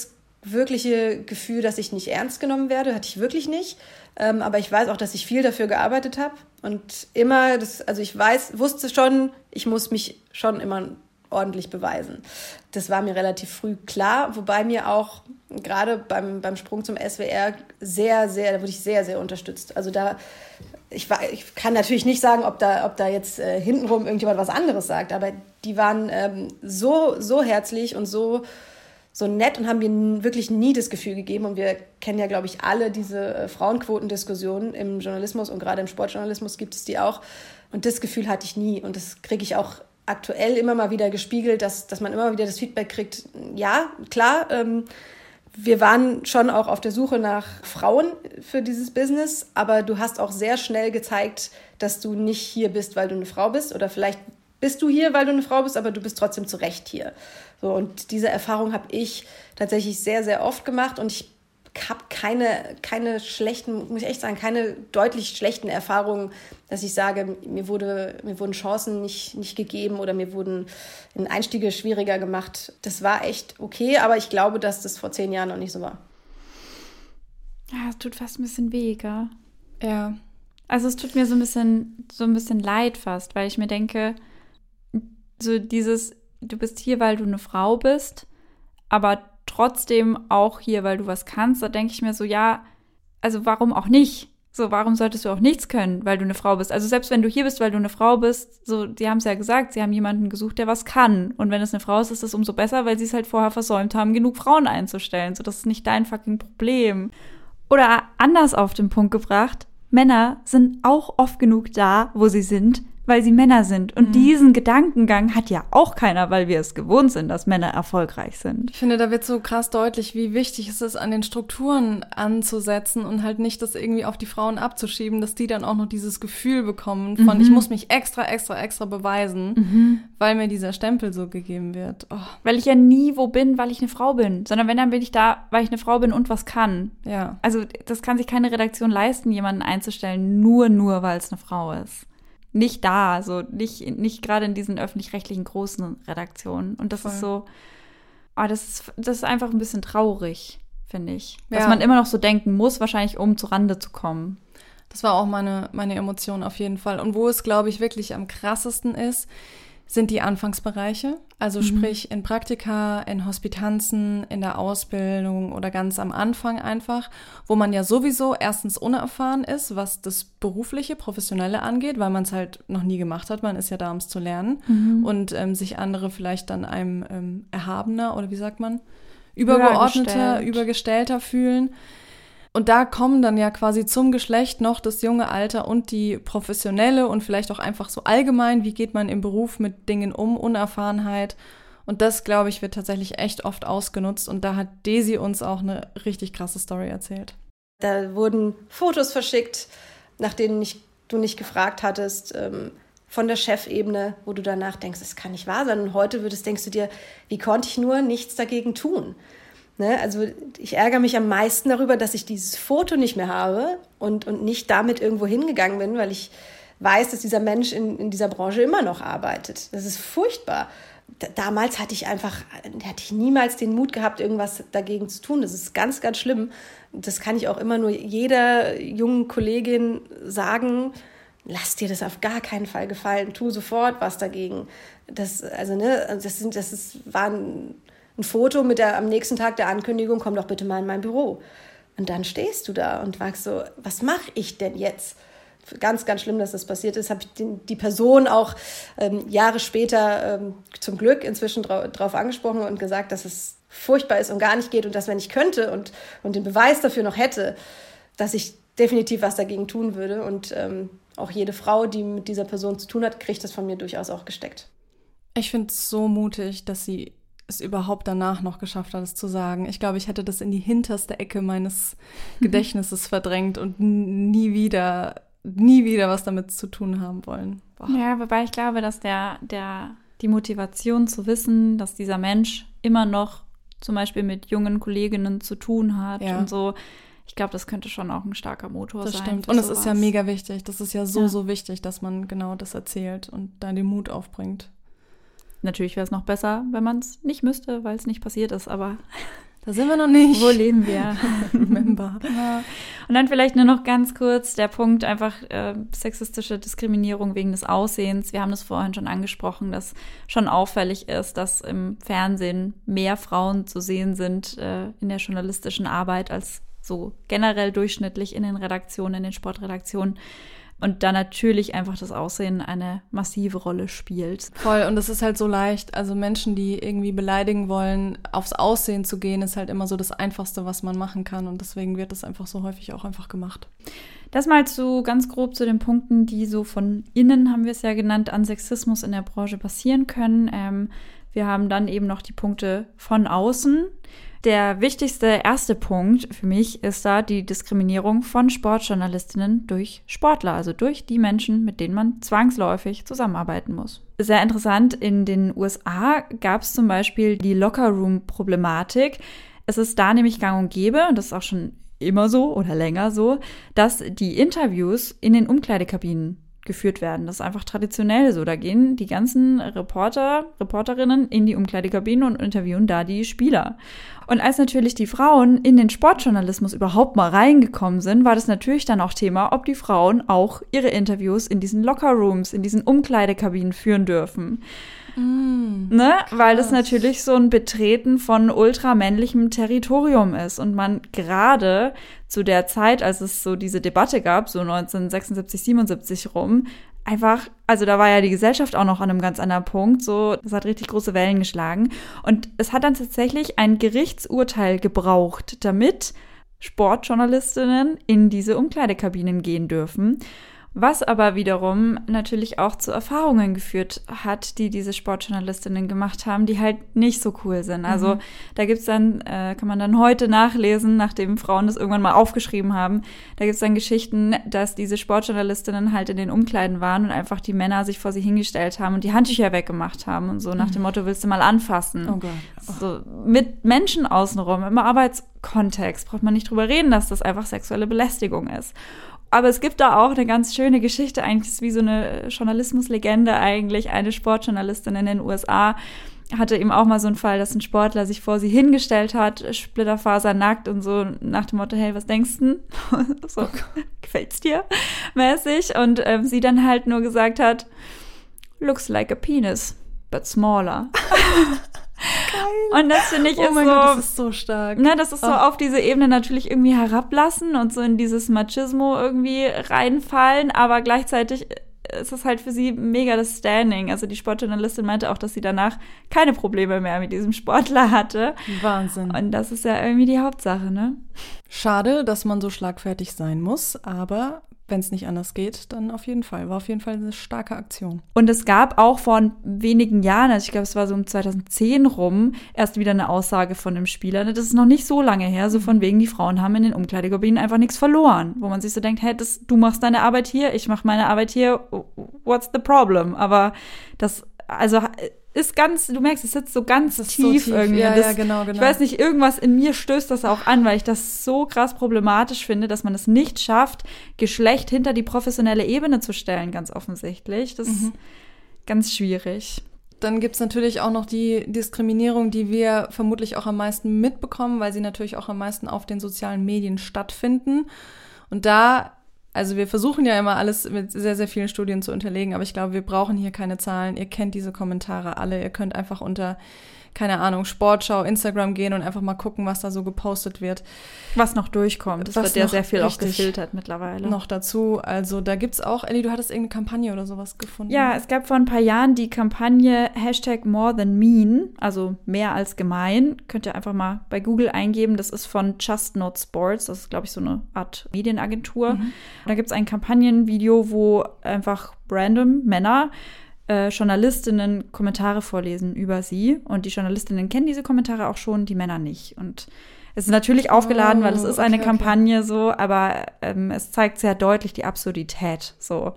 wirkliche Gefühl, dass ich nicht ernst genommen werde, hatte ich wirklich nicht. Aber ich weiß auch, dass ich viel dafür gearbeitet habe und immer, wusste schon, ich muss mich schon immer ordentlich beweisen. Das war mir relativ früh klar, wobei mir auch gerade beim Sprung zum SWR da wurde ich sehr, sehr unterstützt. Also ich kann natürlich nicht sagen, ob da jetzt hintenrum irgendjemand was anderes sagt, aber die waren so herzlich und so nett und haben mir wirklich nie das Gefühl gegeben. Und wir kennen ja, glaube ich, alle diese Frauenquotendiskussionen im Journalismus und gerade im Sportjournalismus gibt es die auch. Und das Gefühl hatte ich nie. Und das kriege ich auch aktuell immer mal wieder gespiegelt, dass man immer wieder das Feedback kriegt, ja, klar, wir waren schon auch auf der Suche nach Frauen für dieses Business, aber du hast auch sehr schnell gezeigt, dass du nicht hier bist, weil du eine Frau bist oder vielleicht bist du hier, weil du eine Frau bist, aber du bist trotzdem zu Recht hier. So, und diese Erfahrung habe ich tatsächlich sehr, sehr oft gemacht und ich habe keine schlechten, muss ich echt sagen, keine deutlich schlechten Erfahrungen, dass ich sage, mir wurden Chancen nicht gegeben oder mir wurden Einstiege schwieriger gemacht. Das war echt okay, aber ich glaube, dass das vor 10 Jahren noch nicht so war. Ja, es tut fast ein bisschen weh, gell? Ja. Also es tut mir so ein bisschen leid fast, weil ich mir denke, so dieses, du bist hier, weil du eine Frau bist, aber trotzdem auch hier, weil du was kannst, da denke ich mir so, ja, also warum auch nicht? So, warum solltest du auch nichts können, weil du eine Frau bist? Also selbst wenn du hier bist, weil du eine Frau bist, so, die haben es ja gesagt, sie haben jemanden gesucht, der was kann. Und wenn es eine Frau ist, ist das umso besser, weil sie es halt vorher versäumt haben, genug Frauen einzustellen. So, das ist nicht dein fucking Problem. Oder anders auf den Punkt gebracht, Männer sind auch oft genug da, wo sie sind, weil sie Männer sind. Und diesen Gedankengang hat ja auch keiner, weil wir es gewohnt sind, dass Männer erfolgreich sind. Ich finde, da wird so krass deutlich, wie wichtig es ist, an den Strukturen anzusetzen und halt nicht das irgendwie auf die Frauen abzuschieben, dass die dann auch noch dieses Gefühl bekommen von, ich muss mich extra beweisen, weil mir dieser Stempel so gegeben wird. Oh. Weil ich ja nie wo bin, weil ich eine Frau bin, sondern wenn, dann bin ich da, weil ich eine Frau bin und was kann. Ja. Also das kann sich keine Redaktion leisten, jemanden einzustellen, nur weil es eine Frau ist. Nicht da, so nicht gerade in diesen öffentlich-rechtlichen großen Redaktionen. Und das ist so, das ist einfach ein bisschen traurig, finde ich. Dass man immer noch so denken muss, wahrscheinlich um zu Rande zu kommen. Das war auch meine Emotion auf jeden Fall. Und wo es, glaube ich, wirklich am krassesten ist, sind die Anfangsbereiche. Also sprich in Praktika, in Hospitanzen, in der Ausbildung oder ganz am Anfang einfach, wo man ja sowieso erstens unerfahren ist, was das berufliche, professionelle angeht, weil man es halt noch nie gemacht hat. Man ist ja da, um es zu lernen und sich andere vielleicht dann einem erhabener oder wie sagt man, übergeordneter, übergestellter fühlen. Und da kommen dann ja quasi zum Geschlecht noch das junge Alter und die professionelle und vielleicht auch einfach so allgemein, wie geht man im Beruf mit Dingen um, Unerfahrenheit. Und das, glaube ich, wird tatsächlich echt oft ausgenutzt. Und da hat Desi uns auch eine richtig krasse Story erzählt. Da wurden Fotos verschickt, nach denen du nicht gefragt hattest, von der Chefebene, wo du danach denkst, das kann nicht wahr sein. Und heute denkst du dir, wie konnte ich nur nichts dagegen tun? Ne, also ich ärgere mich am meisten darüber, dass ich dieses Foto nicht mehr habe und nicht damit irgendwo hingegangen bin, weil ich weiß, dass dieser Mensch in dieser Branche immer noch arbeitet. Das ist furchtbar. Damals hatte ich niemals den Mut gehabt, irgendwas dagegen zu tun. Das ist ganz, ganz schlimm. Das kann ich auch immer nur jeder jungen Kollegin sagen. Lass dir das auf gar keinen Fall gefallen. Tu sofort was dagegen. War ein Foto mit am nächsten Tag der Ankündigung, komm doch bitte mal in mein Büro. Und dann stehst du da und fragst so, was mache ich denn jetzt? Ganz, ganz schlimm, dass das passiert ist. Habe ich die Person auch Jahre später zum Glück inzwischen drauf angesprochen und gesagt, dass es furchtbar ist und gar nicht geht und dass, wenn ich könnte und den Beweis dafür noch hätte, dass ich definitiv was dagegen tun würde. Und auch jede Frau, die mit dieser Person zu tun hat, kriegt das von mir durchaus auch gesteckt. Ich finde es so mutig, dass sie es überhaupt danach noch geschafft hat, es zu sagen. Ich glaube, ich hätte das in die hinterste Ecke meines Gedächtnisses verdrängt und nie wieder was damit zu tun haben wollen. Boah. Ja, wobei ich glaube, dass die Motivation zu wissen, dass dieser Mensch immer noch zum Beispiel mit jungen Kolleginnen zu tun hat und so, ich glaube, das könnte schon auch ein starker Motor sein. Das stimmt. Und es ist ja mega wichtig. Das ist ja so wichtig, dass man genau das erzählt und da den Mut aufbringt. Natürlich wäre es noch besser, wenn man es nicht müsste, weil es nicht passiert ist, aber Da sind wir noch nicht. Wo leben wir? Remember. Ja. Und dann vielleicht nur noch ganz kurz der Punkt einfach sexistische Diskriminierung wegen des Aussehens. Wir haben das vorhin schon angesprochen, dass schon auffällig ist, dass im Fernsehen mehr Frauen zu sehen sind in der journalistischen Arbeit als so generell durchschnittlich in den Redaktionen, in den Sportredaktionen. Und da natürlich einfach das Aussehen eine massive Rolle spielt. Voll, und es ist halt so leicht, also Menschen, die irgendwie beleidigen wollen, aufs Aussehen zu gehen, ist halt immer so das Einfachste, was man machen kann. Und deswegen wird das einfach so häufig auch einfach gemacht. Das mal ganz grob zu den Punkten, die so von innen, haben wir es ja genannt, an Sexismus in der Branche passieren können. Wir haben dann eben noch die Punkte von außen. Der wichtigste erste Punkt für mich ist da die Diskriminierung von Sportjournalistinnen durch Sportler, also durch die Menschen, mit denen man zwangsläufig zusammenarbeiten muss. Sehr interessant, in den USA gab es zum Beispiel die Lockerroom-Problematik. Es ist da nämlich gang und gäbe, und das ist auch schon immer so oder länger so, dass die Interviews in den Umkleidekabinen geführt werden. Das ist einfach traditionell so. Da gehen die ganzen Reporterinnen in die Umkleidekabinen und interviewen da die Spieler. Und als natürlich die Frauen in den Sportjournalismus überhaupt mal reingekommen sind, war das natürlich dann auch Thema, ob die Frauen auch ihre Interviews in diesen Lockerrooms, in diesen Umkleidekabinen führen dürfen. Ne? Weil das natürlich so ein Betreten von ultramännlichem Territorium ist und man gerade zu der Zeit, als es so diese Debatte gab, so 1976, 77 rum, einfach, also da war ja die Gesellschaft auch noch an einem ganz anderen Punkt, so, das hat richtig große Wellen geschlagen und es hat dann tatsächlich ein Gerichtsurteil gebraucht, damit Sportjournalistinnen in diese Umkleidekabinen gehen dürfen. Was aber wiederum natürlich auch zu Erfahrungen geführt hat, die diese Sportjournalistinnen gemacht haben, die halt nicht so cool sind. Also da gibt's dann, kann man dann heute nachlesen, nachdem Frauen das irgendwann mal aufgeschrieben haben, da gibt's dann Geschichten, dass diese Sportjournalistinnen halt in den Umkleiden waren und einfach die Männer sich vor sie hingestellt haben und die Handtücher weggemacht haben und so nach dem Motto, willst du mal anfassen? Oh Gott. So, mit Menschen außenrum, im Arbeitskontext braucht man nicht drüber reden, dass das einfach sexuelle Belästigung ist. Aber es gibt da auch eine ganz schöne Geschichte, eigentlich ist wie so eine Journalismuslegende eigentlich. Eine Sportjournalistin in den USA hatte eben auch mal so einen Fall, dass ein Sportler sich vor sie hingestellt hat, splitterfasernackt und so nach dem Motto, hey, was denkst du? So, gefällt's dir? Mäßig. Und sie dann halt nur gesagt hat, looks like a penis, but smaller. Geil. Und das finde ich ist so, Gott, das ist so stark. Ne, das ist so auf diese Ebene natürlich irgendwie herablassen und so in dieses Machismo irgendwie reinfallen, aber gleichzeitig ist es halt für sie mega das Standing. Also die Sportjournalistin meinte auch, dass sie danach keine Probleme mehr mit diesem Sportler hatte. Wahnsinn. Und das ist ja irgendwie die Hauptsache, ne? Schade, dass man so schlagfertig sein muss, aber wenn es nicht anders geht, dann auf jeden Fall. War auf jeden Fall eine starke Aktion. Und es gab auch vor wenigen Jahren, also ich glaube, es war so um 2010 rum, erst wieder eine Aussage von dem Spieler. Das ist noch nicht so lange her, so von wegen, die Frauen haben in den Umkleidekabinen einfach nichts verloren. Wo man sich so denkt, hey, du machst deine Arbeit hier, ich mache meine Arbeit hier, what's the problem? Aber das, also ist ganz, du merkst, es sitzt so ganz tief irgendwie. Ja, genau. Ich weiß nicht, irgendwas in mir stößt das auch an, weil ich das so krass problematisch finde, dass man es nicht schafft, Geschlecht hinter die professionelle Ebene zu stellen, ganz offensichtlich. Das ist ganz schwierig. Dann gibt's natürlich auch noch die Diskriminierung, die wir vermutlich auch am meisten mitbekommen, weil sie natürlich auch am meisten auf den sozialen Medien stattfinden. Und also wir versuchen ja immer alles mit sehr, sehr vielen Studien zu unterlegen, aber ich glaube, wir brauchen hier keine Zahlen. Ihr kennt diese Kommentare alle. Ihr könnt einfach unter, keine Ahnung, Sportschau, Instagram gehen und einfach mal gucken, was da so gepostet wird. Was noch durchkommt. Das wird ja sehr viel auch gefiltert mittlerweile. Noch dazu. Also da gibt's auch, Elli, du hattest irgendeine Kampagne oder sowas gefunden. Ja, es gab vor ein paar Jahren die Kampagne #MoreThanMean, also mehr als gemein. Könnt ihr einfach mal bei Google eingeben. Das ist von Just Not Sports. Das ist, glaube ich, so eine Art Medienagentur. Und da gibt's ein Kampagnenvideo, wo einfach random Männer Journalistinnen Kommentare vorlesen über sie. Und die Journalistinnen kennen diese Kommentare auch schon, die Männer nicht. Und es ist natürlich aufgeladen, weil es ist eine Kampagne so, aber es zeigt sehr deutlich die Absurdität so.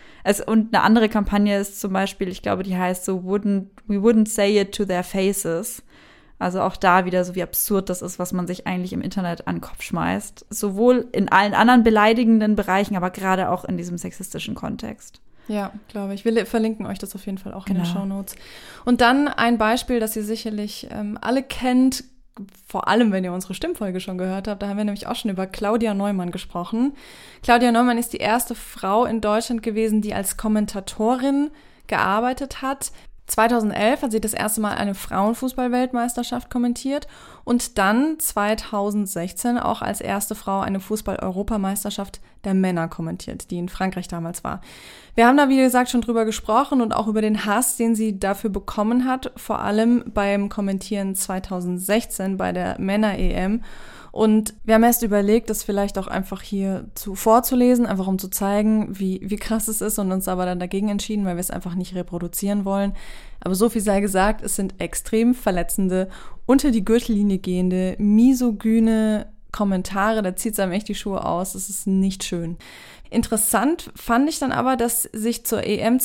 Und eine andere Kampagne ist zum Beispiel, ich glaube, die heißt so, we wouldn't say it to their faces. Also auch da wieder so, wie absurd das ist, was man sich eigentlich im Internet an den Kopf schmeißt. Sowohl in allen anderen beleidigenden Bereichen, aber gerade auch in diesem sexistischen Kontext. Ja, glaube ich. Wir verlinken euch das auf jeden Fall auch in den Shownotes. Und dann ein Beispiel, das ihr sicherlich alle kennt, vor allem, wenn ihr unsere Stimmfolge schon gehört habt, da haben wir nämlich auch schon über Claudia Neumann gesprochen. Claudia Neumann ist die erste Frau in Deutschland gewesen, die als Kommentatorin gearbeitet hat. 2011 hat sie das erste Mal eine Frauenfußball-Weltmeisterschaft kommentiert und dann 2016 auch als erste Frau eine Fußball-Europameisterschaft der Männer kommentiert, die in Frankreich damals war. Wir haben da, wie gesagt, schon drüber gesprochen und auch über den Hass, den sie dafür bekommen hat, vor allem beim Kommentieren 2016 bei der Männer-EM. Und wir haben erst überlegt, das vielleicht auch einfach hier vorzulesen, einfach um zu zeigen, wie krass es ist und uns aber dann dagegen entschieden, weil wir es einfach nicht reproduzieren wollen. Aber so viel sei gesagt, es sind extrem verletzende, unter die Gürtellinie gehende, misogyne Kommentare, da zieht es einem echt die Schuhe aus, das ist nicht schön. Interessant fand ich dann aber, dass sich zur EM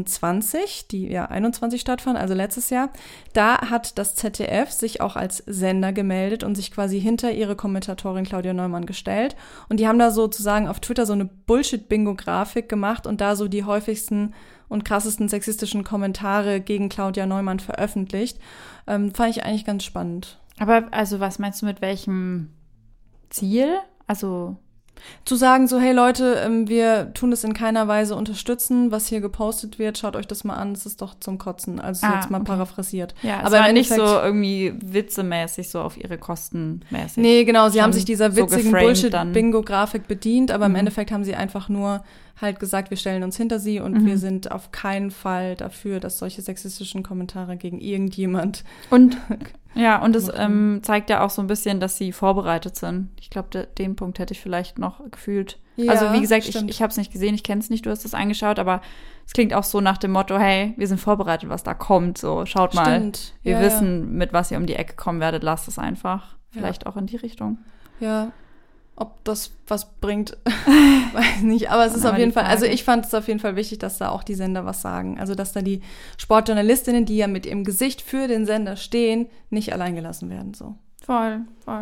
2020, die ja 21 stattfand, also letztes Jahr, da hat das ZDF sich auch als Sender gemeldet und sich quasi hinter ihre Kommentatorin Claudia Neumann gestellt. Und die haben da sozusagen auf Twitter so eine Bullshit-Bingo-Grafik gemacht und da so die häufigsten und krassesten sexistischen Kommentare gegen Claudia Neumann veröffentlicht. Fand ich eigentlich ganz spannend. Aber also was meinst du mit welchem Ziel? Also zu sagen so, hey Leute, wir tun das in keiner Weise unterstützen, was hier gepostet wird, schaut euch das mal an, das ist doch zum Kotzen. Also jetzt mal paraphrasiert. Ja, aber war nicht so irgendwie witzemäßig, so auf ihre Kosten mäßig. Nee, genau, sie haben sich dieser witzigen so Bullshit-Bingo-Grafik bedient, aber im Endeffekt haben sie einfach nur halt gesagt, wir stellen uns hinter sie und wir sind auf keinen Fall dafür, dass solche sexistischen Kommentare gegen irgendjemand und ja, und es zeigt ja auch so ein bisschen, dass sie vorbereitet sind. Ich glaube, den Punkt hätte ich vielleicht noch gefühlt. Ja, also wie gesagt, ich habe es nicht gesehen, ich kenne es nicht, du hast es angeschaut, aber es klingt auch so nach dem Motto, hey, wir sind vorbereitet, was da kommt. So, schaut mal, wir wissen, mit was ihr um die Ecke kommen werdet, lasst es einfach. Vielleicht auch in die Richtung. Ja, ob das was bringt, weiß nicht. Aber es ist auf jeden Fall, also ich fand es auf jeden Fall wichtig, dass da auch die Sender was sagen. Also dass da die Sportjournalistinnen, die ja mit ihrem Gesicht für den Sender stehen, nicht allein gelassen werden. So. Voll.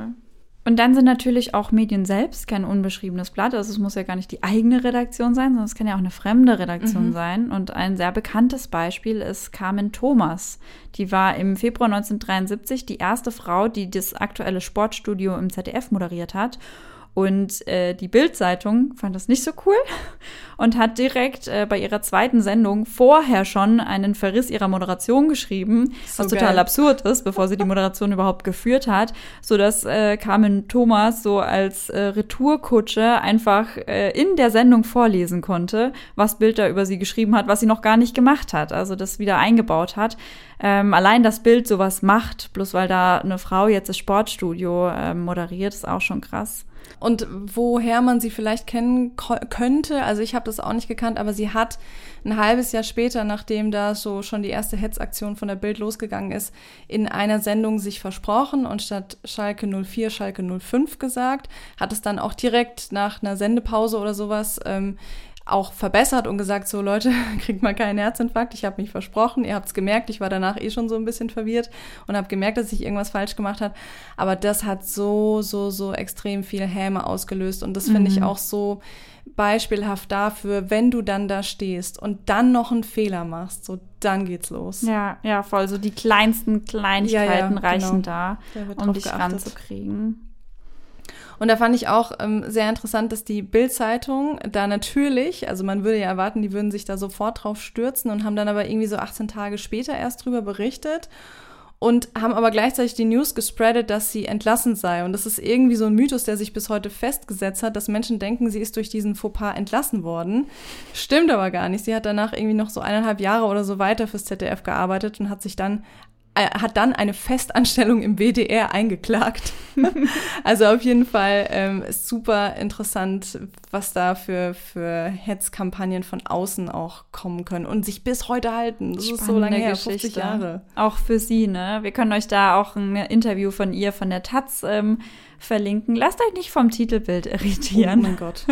Und dann sind natürlich auch Medien selbst kein unbeschriebenes Blatt. Also es muss ja gar nicht die eigene Redaktion sein, sondern es kann ja auch eine fremde Redaktion sein. Und ein sehr bekanntes Beispiel ist Carmen Thomas. Die war im Februar 1973 die erste Frau, die das aktuelle Sportstudio im ZDF moderiert hat. Und die Bild-Zeitung fand das nicht so cool und hat direkt bei ihrer zweiten Sendung vorher schon einen Verriss ihrer Moderation geschrieben, was total absurd ist, bevor sie die Moderation überhaupt geführt hat, sodass Carmen Thomas so als Retourkutsche einfach in der Sendung vorlesen konnte, was Bild da über sie geschrieben hat, was sie noch gar nicht gemacht hat, also das wieder eingebaut hat. Allein das Bild sowas macht, bloß weil da eine Frau jetzt das Sportstudio moderiert, ist auch schon krass. Und woher man sie vielleicht kennen könnte, also ich habe das auch nicht gekannt, aber sie hat ein halbes Jahr später, nachdem da so schon die erste Hetzaktion von der Bild losgegangen ist, in einer Sendung sich versprochen und statt Schalke 04 Schalke 05 gesagt, hat es dann auch direkt nach einer Sendepause oder sowas auch verbessert und gesagt, so Leute, kriegt mal keinen Herzinfarkt, ich habe mich versprochen, ihr habt es gemerkt, ich war danach schon so ein bisschen verwirrt und habe gemerkt, dass ich irgendwas falsch gemacht habe, aber das hat so extrem viel Häme ausgelöst und das finde ich auch so beispielhaft dafür, wenn du dann da stehst und dann noch einen Fehler machst, so dann geht's los. Ja, voll, so die kleinsten Kleinigkeiten reichen da, um dich geachtet. Ranzukriegen. Und da fand ich auch sehr interessant, dass die Bild-Zeitung da natürlich, also man würde ja erwarten, die würden sich da sofort drauf stürzen und haben dann aber irgendwie so 18 Tage später erst drüber berichtet und haben aber gleichzeitig die News gespreadet, dass sie entlassen sei. Und das ist irgendwie so ein Mythos, der sich bis heute festgesetzt hat, dass Menschen denken, sie ist durch diesen Fauxpas entlassen worden. Stimmt aber gar nicht. Sie hat danach irgendwie noch so 1,5 Jahre oder so weiter fürs ZDF gearbeitet und hat dann eine Festanstellung im WDR eingeklagt. Also auf jeden Fall super interessant, was da für Hetzkampagnen von außen auch kommen können und sich bis heute halten. Das ist so lange her, 50 Jahre. Auch für sie, ne? Wir können euch da auch ein Interview von ihr von der Taz verlinken. Lasst euch nicht vom Titelbild irritieren. Oh mein Gott.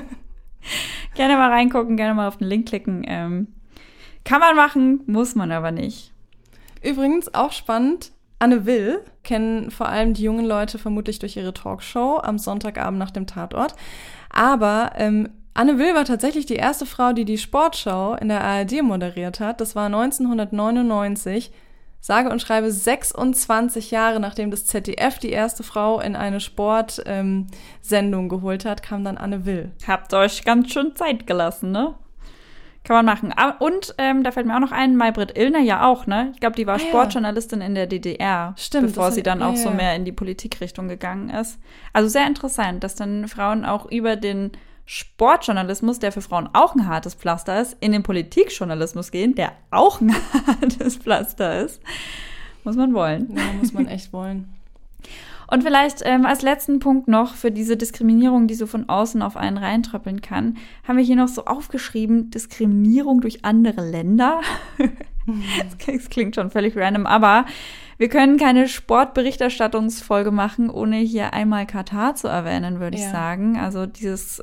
Gerne mal reingucken, gerne mal auf den Link klicken. Kann man machen, muss man aber nicht. Übrigens auch spannend, Anne Will kennen vor allem die jungen Leute vermutlich durch ihre Talkshow am Sonntagabend nach dem Tatort. Aber Anne Will war tatsächlich die erste Frau, die die Sportschau in der ARD moderiert hat. Das war 1999. sage und schreibe 26 Jahre, nachdem das ZDF die erste Frau in eine Sportsendung geholt hat, kam dann Anne Will. Habt euch ganz schön Zeit gelassen, ne? Kann man machen. Und da fällt mir auch noch ein, Maybrit Illner ja auch, ne? Ich glaube, die war Sportjournalistin in der DDR, Stimmt, bevor sie dann auch so mehr in die Politikrichtung gegangen ist. Also sehr interessant, dass dann Frauen auch über den Sportjournalismus, der für Frauen auch ein hartes Pflaster ist, in den Politikjournalismus gehen, der auch ein hartes Pflaster ist. Muss man wollen. Ja, muss man echt wollen. Und vielleicht als letzten Punkt noch für diese Diskriminierung, die so von außen auf einen reintröppeln kann, haben wir hier noch so aufgeschrieben, Diskriminierung durch andere Länder. Das klingt schon völlig random, aber wir können keine Sportberichterstattungsfolge machen, ohne hier einmal Katar zu erwähnen, würde ich sagen. Also dieses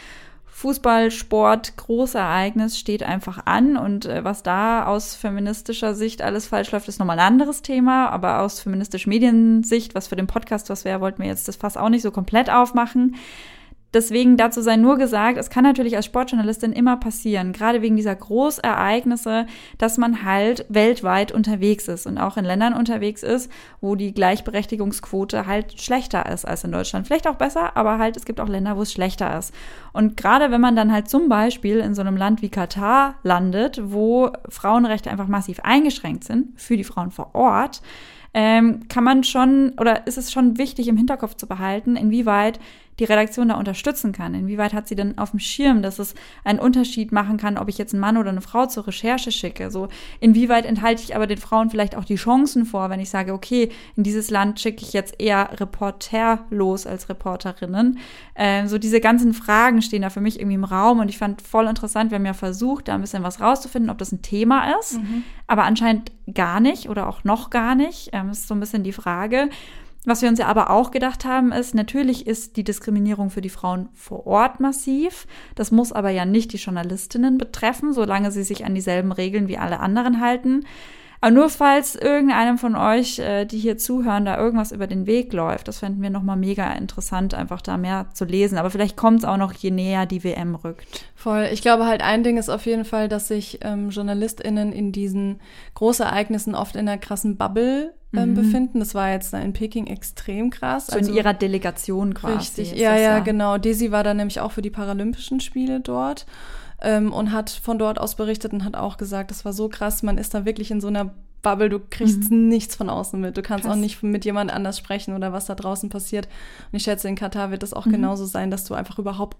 Fußballsport, Großereignis steht einfach an und was da aus feministischer Sicht alles falsch läuft, ist nochmal ein anderes Thema, aber aus feministischer Mediensicht, was für den Podcast, was wir wollten wir jetzt das Fass auch nicht so komplett aufmachen. Deswegen dazu sei nur gesagt, es kann natürlich als Sportjournalistin immer passieren, gerade wegen dieser Großereignisse, dass man halt weltweit unterwegs ist und auch in Ländern unterwegs ist, wo die Gleichberechtigungsquote halt schlechter ist als in Deutschland. Vielleicht auch besser, aber halt es gibt auch Länder, wo es schlechter ist. Und gerade wenn man dann halt zum Beispiel in so einem Land wie Katar landet, wo Frauenrechte einfach massiv eingeschränkt sind für die Frauen vor Ort, kann man schon, oder ist es schon wichtig im Hinterkopf zu behalten, inwieweit die Redaktion da unterstützen kann. Inwieweit hat sie denn auf dem Schirm, dass es einen Unterschied machen kann, ob ich jetzt einen Mann oder eine Frau zur Recherche schicke. So, inwieweit enthalte ich aber den Frauen vielleicht auch die Chancen vor, wenn ich sage, okay, in dieses Land schicke ich jetzt eher Reporterlos als Reporterinnen. So diese ganzen Fragen stehen da für mich irgendwie im Raum und ich fand voll interessant, wir haben ja versucht, da ein bisschen was rauszufinden, ob das ein Thema ist, aber anscheinend gar nicht oder auch noch gar nicht. Ist so ein bisschen die Frage. Was wir uns ja aber auch gedacht haben, ist, natürlich ist die Diskriminierung für die Frauen vor Ort massiv. Das muss aber ja nicht die Journalistinnen betreffen, solange sie sich an dieselben Regeln wie alle anderen halten. Aber nur falls irgendeinem von euch, die hier zuhören, da irgendwas über den Weg läuft, das fänden wir nochmal mega interessant, einfach da mehr zu lesen. Aber vielleicht kommt es auch noch, je näher die WM rückt. Voll. Ich glaube halt, ein Ding ist auf jeden Fall, dass sich JournalistInnen in diesen Großereignissen oft in einer krassen Bubble befinden. Das war jetzt in Peking extrem krass. So also in ihrer Delegation quasi. Richtig, ja, genau. Desi war dann nämlich auch für die Paralympischen Spiele dort. Und hat von dort aus berichtet und hat auch gesagt, das war so krass, man ist da wirklich in so einer Bubble, du kriegst nichts von außen mit. Du kannst auch nicht mit jemand anders sprechen oder was da draußen passiert. Und ich schätze, in Katar wird es auch genauso sein, dass du einfach überhaupt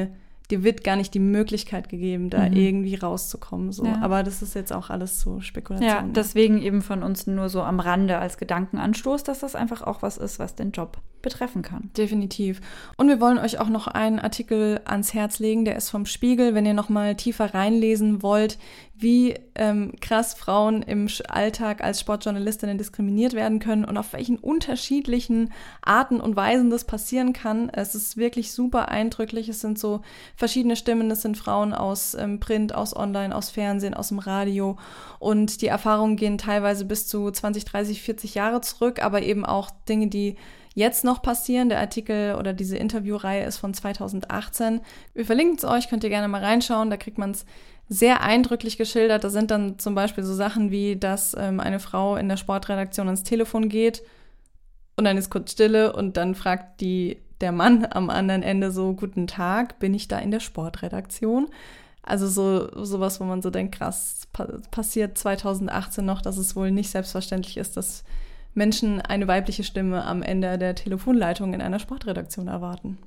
dir wird gar nicht die Möglichkeit gegeben, da irgendwie rauszukommen. So. Ja. Aber das ist jetzt auch alles so Spekulation. Ja, deswegen eben von uns nur so am Rande als Gedankenanstoß, dass das einfach auch was ist, was den Job betreffen kann. Definitiv. Und wir wollen euch auch noch einen Artikel ans Herz legen, der ist vom Spiegel, wenn ihr noch mal tiefer reinlesen wollt, wie krass Frauen im Alltag als Sportjournalistinnen diskriminiert werden können und auf welchen unterschiedlichen Arten und Weisen das passieren kann. Es ist wirklich super eindrücklich. Es sind so verschiedene Stimmen. Es sind Frauen aus Print, aus Online, aus Fernsehen, aus dem Radio. Und die Erfahrungen gehen teilweise bis zu 20, 30, 40 Jahre zurück, aber eben auch Dinge, die jetzt noch passieren. Der Artikel oder diese Interviewreihe ist von 2018. Wir verlinken es euch, könnt ihr gerne mal reinschauen. Da kriegt man es sehr eindrücklich geschildert. Da sind dann zum Beispiel so Sachen wie, dass eine Frau in der Sportredaktion ans Telefon geht und dann ist kurz Stille und dann fragt der Mann am anderen Ende so, guten Tag, bin ich da in der Sportredaktion? Also sowas, wo man so denkt, krass, passiert 2018 noch, dass es wohl nicht selbstverständlich ist, dass Menschen eine weibliche Stimme am Ende der Telefonleitung in einer Sportredaktion erwarten.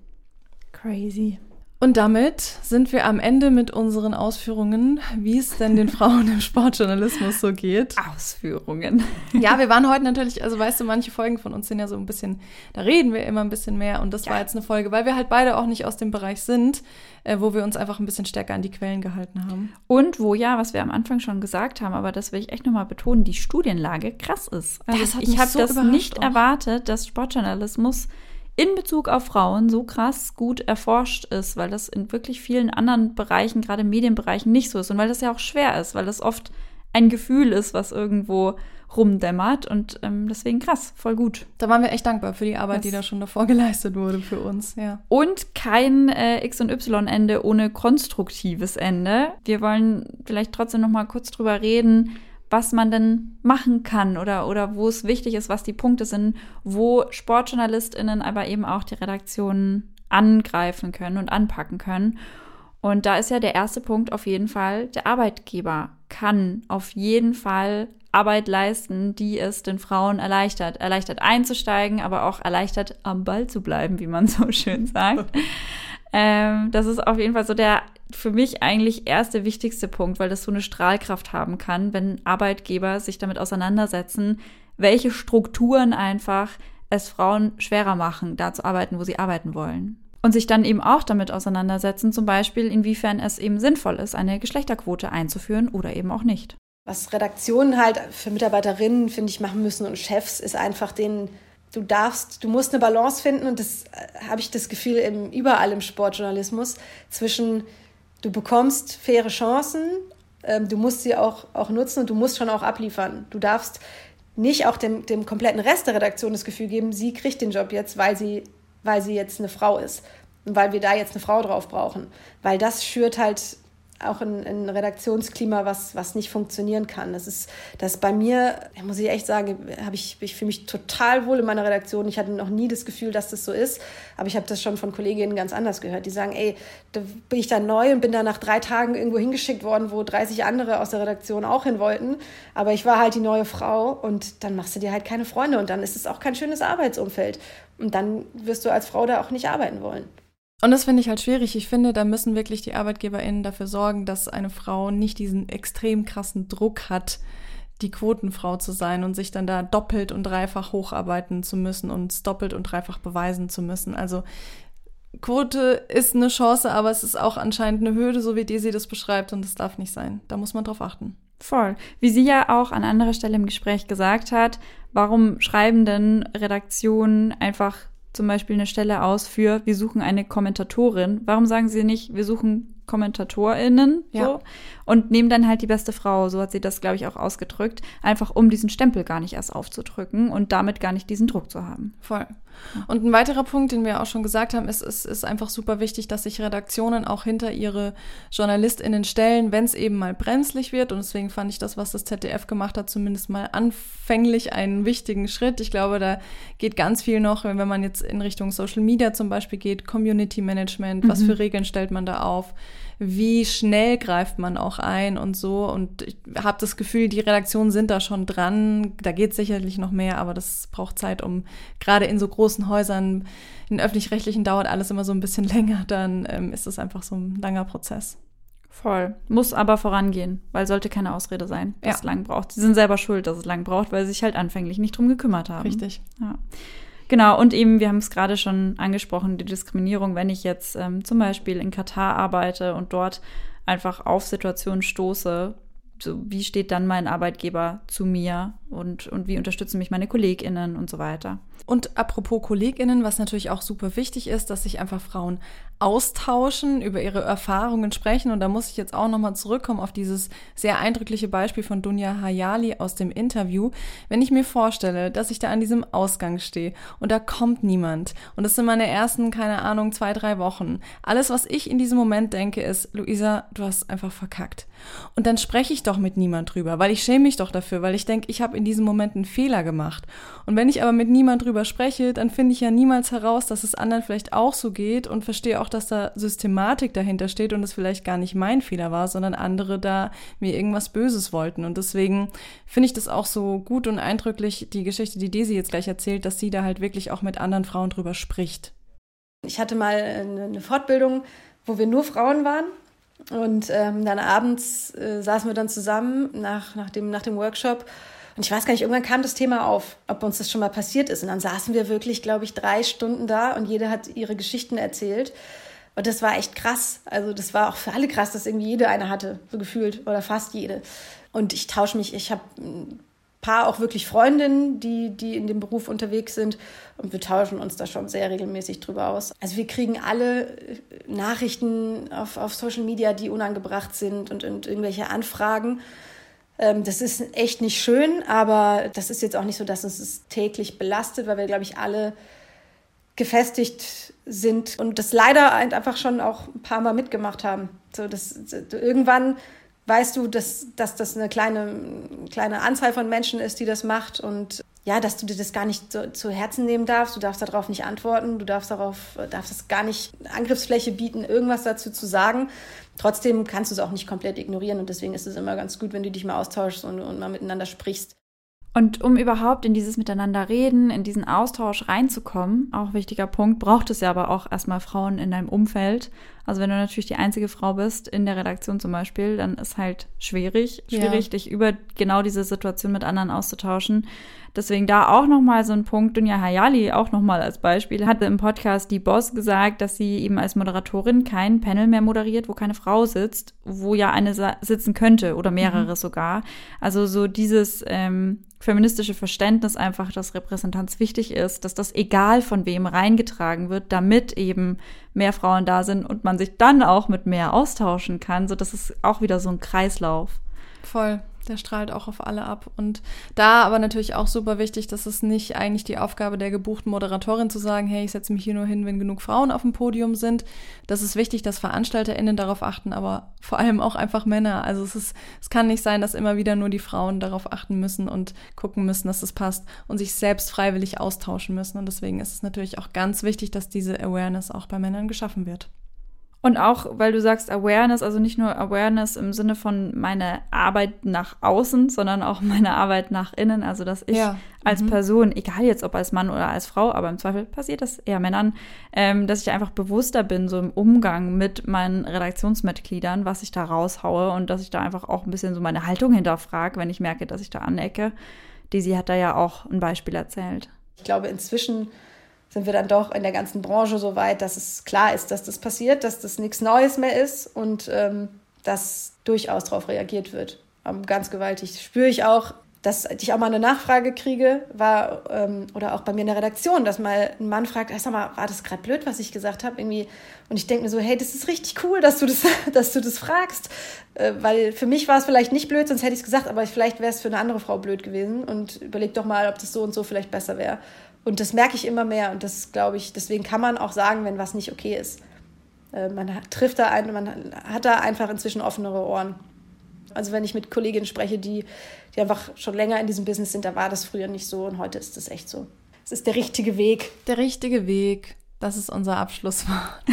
Crazy. Und damit sind wir am Ende mit unseren Ausführungen, wie es denn den Frauen im Sportjournalismus so geht. Ausführungen. Ja, wir waren heute natürlich, also weißt du, manche Folgen von uns sind ja so ein bisschen, da reden wir immer ein bisschen mehr und das war jetzt eine Folge, weil wir halt beide auch nicht aus dem Bereich sind, wo wir uns einfach ein bisschen stärker an die Quellen gehalten haben. Und wo ja, was wir am Anfang schon gesagt haben, aber das will ich echt nochmal betonen, die Studienlage krass ist. Also ich habe das nicht erwartet, dass Sportjournalismus in Bezug auf Frauen so krass gut erforscht ist, weil das in wirklich vielen anderen Bereichen, gerade Medienbereichen, nicht so ist und weil das ja auch schwer ist, weil das oft ein Gefühl ist, was irgendwo rumdämmert und deswegen krass, voll gut. Da waren wir echt dankbar für die Arbeit, die da schon davor geleistet wurde für uns. Ja. Und kein X- und Y-Ende ohne konstruktives Ende. Wir wollen vielleicht trotzdem noch mal kurz drüber reden, was man denn machen kann oder wo es wichtig ist, was die Punkte sind, wo SportjournalistInnen aber eben auch die Redaktionen angreifen können und anpacken können. Und da ist ja der erste Punkt auf jeden Fall, der Arbeitgeber kann auf jeden Fall Arbeit leisten, die es den Frauen erleichtert. Erleichtert einzusteigen, aber auch erleichtert am Ball zu bleiben, wie man so schön sagt. Das ist auf jeden Fall so der für mich eigentlich erste wichtigste Punkt, weil das so eine Strahlkraft haben kann, wenn Arbeitgeber sich damit auseinandersetzen, welche Strukturen einfach es Frauen schwerer machen, da zu arbeiten, wo sie arbeiten wollen. Und sich dann eben auch damit auseinandersetzen, zum Beispiel, inwiefern es eben sinnvoll ist, eine Geschlechterquote einzuführen oder eben auch nicht. Was Redaktionen halt für Mitarbeiterinnen, finde ich, machen müssen und Chefs, ist einfach du musst eine Balance finden, und das habe ich das Gefühl überall im Sportjournalismus, zwischen du bekommst faire Chancen, du musst sie auch nutzen und du musst schon auch abliefern. Du darfst nicht auch dem kompletten Rest der Redaktion das Gefühl geben, sie kriegt den Job jetzt, weil sie jetzt eine Frau ist und weil wir da jetzt eine Frau drauf brauchen. Weil das schürt halt auch ein Redaktionsklima, was nicht funktionieren kann. Das bei mir, muss ich echt sagen, ich fühle mich total wohl in meiner Redaktion. Ich hatte noch nie das Gefühl, dass das so ist, aber ich habe das schon von Kolleginnen ganz anders gehört. Die sagen, da bin ich dann neu und bin dann nach 3 Tagen irgendwo hingeschickt worden, wo 30 andere aus der Redaktion auch hin wollten. Aber ich war halt die neue Frau, und dann machst du dir halt keine Freunde, und dann ist es auch kein schönes Arbeitsumfeld. Und dann wirst du als Frau da auch nicht arbeiten wollen. Und das finde ich halt schwierig. Ich finde, da müssen wirklich die ArbeitgeberInnen dafür sorgen, dass eine Frau nicht diesen extrem krassen Druck hat, die Quotenfrau zu sein und sich dann da doppelt und dreifach hocharbeiten zu müssen und es doppelt und dreifach beweisen zu müssen. Also Quote ist eine Chance, aber es ist auch anscheinend eine Hürde, so wie Desi das beschreibt, und das darf nicht sein. Da muss man drauf achten. Voll. Wie sie ja auch an anderer Stelle im Gespräch gesagt hat, warum schreiben denn Redaktionen einfach zum Beispiel eine Stelle aus für, wir suchen eine Kommentatorin. Warum sagen sie nicht, wir suchen KommentatorInnen, so, und nehmen dann halt die beste Frau, so hat sie das, glaube ich, auch ausgedrückt, einfach um diesen Stempel gar nicht erst aufzudrücken und damit gar nicht diesen Druck zu haben. Voll. Und ein weiterer Punkt, den wir auch schon gesagt haben, ist einfach super wichtig, dass sich Redaktionen auch hinter ihre JournalistInnen stellen, wenn es eben mal brenzlig wird. Und deswegen fand ich das, was das ZDF gemacht hat, zumindest mal anfänglich einen wichtigen Schritt. Ich glaube, da geht ganz viel noch, wenn man jetzt in Richtung Social Media zum Beispiel geht, Community Management, was für Regeln stellt man da auf, wie schnell greift man auch ein und so. Und ich habe das Gefühl, die Redaktionen sind da schon dran. Da geht sicherlich noch mehr, aber das braucht Zeit, um gerade in so großen Häusern, in öffentlich-rechtlichen dauert alles immer so ein bisschen länger, dann ist es einfach so ein langer Prozess. Voll. Muss aber vorangehen, weil sollte keine Ausrede sein, dass es lang braucht. Sie sind selber schuld, dass es lang braucht, weil sie sich halt anfänglich nicht drum gekümmert haben. Richtig. Ja. Genau, und eben, wir haben es gerade schon angesprochen, die Diskriminierung, wenn ich jetzt zum Beispiel in Katar arbeite und dort einfach auf Situationen stoße, so, wie steht dann mein Arbeitgeber zu mir und wie unterstützen mich meine KollegInnen und so weiter. Und apropos KollegInnen, was natürlich auch super wichtig ist, dass sich einfach Frauen austauschen, über ihre Erfahrungen sprechen. Und da muss ich jetzt auch nochmal zurückkommen auf dieses sehr eindrückliche Beispiel von Dunja Hayali aus dem Interview. Wenn ich mir vorstelle, dass ich da an diesem Ausgang stehe und da kommt niemand und das sind meine ersten, 2-3 Wochen. Alles, was ich in diesem Moment denke, ist, Luisa, du hast einfach verkackt. Und dann spreche ich doch mit niemand drüber, weil ich schäme mich doch dafür, weil ich denke, ich habe in diesem Moment einen Fehler gemacht. Und wenn ich aber mit niemand drüber spreche, dann finde ich ja niemals heraus, dass es anderen vielleicht auch so geht und verstehe auch, dass da Systematik dahinter steht und es vielleicht gar nicht mein Fehler war, sondern andere da mir irgendwas Böses wollten. Und deswegen finde ich das auch so gut und eindrücklich, die Geschichte, die Desi jetzt gleich erzählt, dass sie da halt wirklich auch mit anderen Frauen drüber spricht. Ich hatte mal eine Fortbildung, wo wir nur Frauen waren. Und dann abends saßen wir dann zusammen nach dem Workshop. Und ich weiß gar nicht, irgendwann kam das Thema auf, ob uns das schon mal passiert ist. Und dann saßen wir wirklich, glaube ich, 3 Stunden da und jede hat ihre Geschichten erzählt. Und das war echt krass. Also das war auch für alle krass, dass irgendwie jede eine hatte, so gefühlt, oder fast jede. Und ich habe ein paar auch wirklich Freundinnen, die in dem Beruf unterwegs sind. Und wir tauschen uns da schon sehr regelmäßig drüber aus. Also wir kriegen alle Nachrichten auf Social Media, die unangebracht sind und irgendwelche Anfragen. Das ist echt nicht schön, aber das ist jetzt auch nicht so, dass uns es täglich belastet, weil wir, glaube ich, alle gefestigt sind und das leider einfach schon auch ein paar Mal mitgemacht haben. So, irgendwann weißt du, dass das eine kleine Anzahl von Menschen ist, die das macht und ja, dass du dir das gar nicht zu Herzen nehmen darfst. Du darfst darauf nicht antworten, du darfst das gar nicht Angriffsfläche bieten, irgendwas dazu zu sagen. Trotzdem kannst du es auch nicht komplett ignorieren und deswegen ist es immer ganz gut, wenn du dich mal austauschst und mal miteinander sprichst. Und um überhaupt in dieses Miteinander-Reden, in diesen Austausch reinzukommen, auch wichtiger Punkt, braucht es ja aber auch erstmal Frauen in deinem Umfeld. Also wenn du natürlich die einzige Frau bist, in der Redaktion zum Beispiel, dann ist halt schwierig, dich über genau diese Situation mit anderen auszutauschen. Deswegen da auch nochmal so ein Punkt. Dunja Hayali auch nochmal als Beispiel hatte im Podcast Die Boss gesagt, dass sie eben als Moderatorin kein Panel mehr moderiert, wo keine Frau sitzt, wo ja eine sitzen könnte oder mehrere sogar. Also so dieses feministische Verständnis einfach, dass Repräsentanz wichtig ist, dass das egal von wem reingetragen wird, damit eben mehr Frauen da sind und man sich dann auch mit mehr austauschen kann. So, das ist auch wieder so ein Kreislauf. Voll. Der strahlt auch auf alle ab. Und da aber natürlich auch super wichtig, dass es nicht eigentlich die Aufgabe der gebuchten Moderatorin zu sagen, hey, ich setze mich hier nur hin, wenn genug Frauen auf dem Podium sind. Das ist wichtig, dass VeranstalterInnen darauf achten, aber vor allem auch einfach Männer. Also es kann nicht sein, dass immer wieder nur die Frauen darauf achten müssen und gucken müssen, dass es passt und sich selbst freiwillig austauschen müssen. Und deswegen ist es natürlich auch ganz wichtig, dass diese Awareness auch bei Männern geschaffen wird. Und auch, weil du sagst Awareness, also nicht nur Awareness im Sinne von meine Arbeit nach außen, sondern auch meine Arbeit nach innen. Also, dass ich als Person, egal jetzt ob als Mann oder als Frau, aber im Zweifel passiert das eher Männern, dass ich einfach bewusster bin, so im Umgang mit meinen Redaktionsmitgliedern, was ich da raushaue und dass ich da einfach auch ein bisschen so meine Haltung hinterfrage, wenn ich merke, dass ich da anecke. Daisy hat da ja auch ein Beispiel erzählt. Ich glaube, inzwischen sind wir dann doch in der ganzen Branche so weit, dass es klar ist, dass das passiert, dass das nichts Neues mehr ist und dass durchaus darauf reagiert wird. Ganz gewaltig spüre ich auch, dass ich auch mal eine Nachfrage kriege, oder auch bei mir in der Redaktion, dass mal ein Mann fragt, sag mal, war das gerade blöd, was ich gesagt habe? Irgendwie. Und ich denke mir so, hey, das ist richtig cool, dass du das fragst. Weil für mich war es vielleicht nicht blöd, sonst hätte ich es gesagt, aber vielleicht wäre es für eine andere Frau blöd gewesen. Und überleg doch mal, ob das so und so vielleicht besser wäre. Und das merke ich immer mehr und das glaube ich, deswegen kann man auch sagen, wenn was nicht okay ist. Man hat da einfach inzwischen offenere Ohren. Also wenn ich mit Kolleginnen spreche, die einfach schon länger in diesem Business sind, da war das früher nicht so und heute ist das echt so. Es ist der richtige Weg. Der richtige Weg, das ist unser Abschlusswort.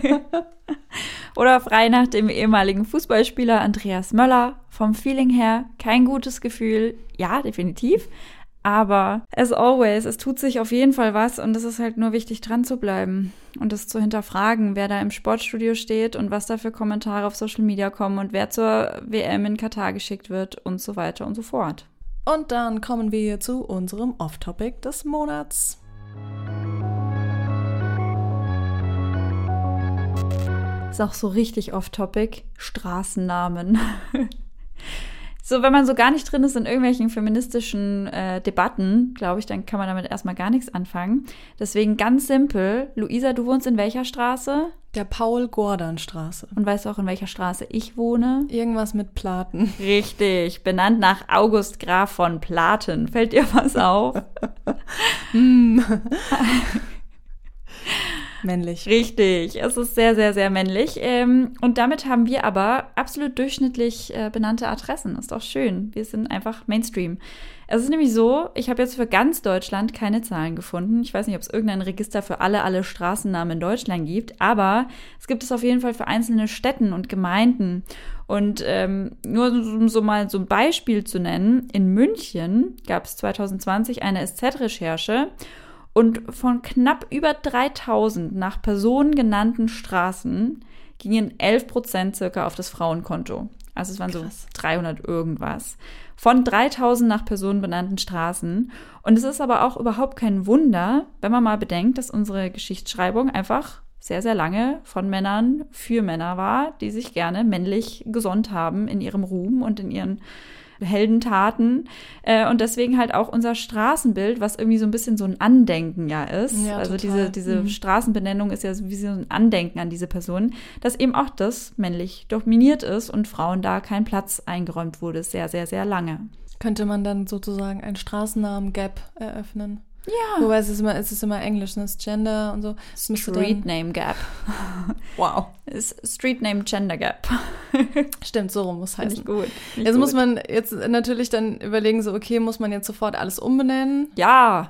Oder frei nach dem ehemaligen Fußballspieler Andreas Möller. Vom Feeling her kein gutes Gefühl, ja, definitiv. Aber as always, es tut sich auf jeden Fall was und es ist halt nur wichtig, dran zu bleiben und es zu hinterfragen, wer da im Sportstudio steht und was da für Kommentare auf Social Media kommen und wer zur WM in Katar geschickt wird und so weiter und so fort. Und dann kommen wir zu unserem Off-Topic des Monats. Ist auch so richtig Off-Topic, Straßennamen. So, wenn man so gar nicht drin ist in irgendwelchen feministischen Debatten, glaube ich, dann kann man damit erstmal gar nichts anfangen. Deswegen ganz simpel. Luisa, du wohnst in welcher Straße? Der Paul-Gordon-Straße. Und weißt du auch, in welcher Straße ich wohne? Irgendwas mit Platen. Richtig, benannt nach August Graf von Platen. Fällt dir was auf? Männlich. Richtig, es ist sehr, sehr, sehr männlich. Und damit haben wir aber absolut durchschnittlich benannte Adressen. Ist doch schön. Wir sind einfach Mainstream. Es ist nämlich so, ich habe jetzt für ganz Deutschland keine Zahlen gefunden. Ich weiß nicht, ob es irgendein Register für alle Straßennamen in Deutschland gibt, aber es gibt es auf jeden Fall für einzelne Städten und Gemeinden. Und nur um so mal so ein Beispiel zu nennen, in München gab es 2020 eine SZ-Recherche, und von knapp über 3000 nach Personen genannten Straßen gingen 11% circa auf das Frauenkonto. Also es waren Krass. so 300 irgendwas. Von 3000 nach Personen benannten Straßen. Und es ist aber auch überhaupt kein Wunder, wenn man mal bedenkt, dass unsere Geschichtsschreibung einfach sehr, sehr lange von Männern für Männer war, die sich gerne männlich gesonnt haben in ihrem Ruhm und in ihren Heldentaten und deswegen halt auch unser Straßenbild, was irgendwie so ein bisschen so ein Andenken ja ist. Ja, also total. diese Straßenbenennung ist ja wie so ein Andenken an diese Person, dass eben auch das männlich dominiert ist und Frauen da kein Platz eingeräumt wurde, sehr, sehr, sehr lange. Könnte man dann sozusagen ein Straßennamen-Gap eröffnen? Ja. Wobei es ist immer Englisch, ne? Das Gender und so. Street Name Gap. Wow. Street Name Gender Gap. Stimmt, so rum muss heißen. Finde ich gut. Jetzt muss man jetzt natürlich dann überlegen, so okay, muss man jetzt sofort alles umbenennen? Ja.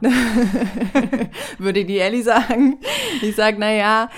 Würde die Ellie sagen. Ich sage, naja,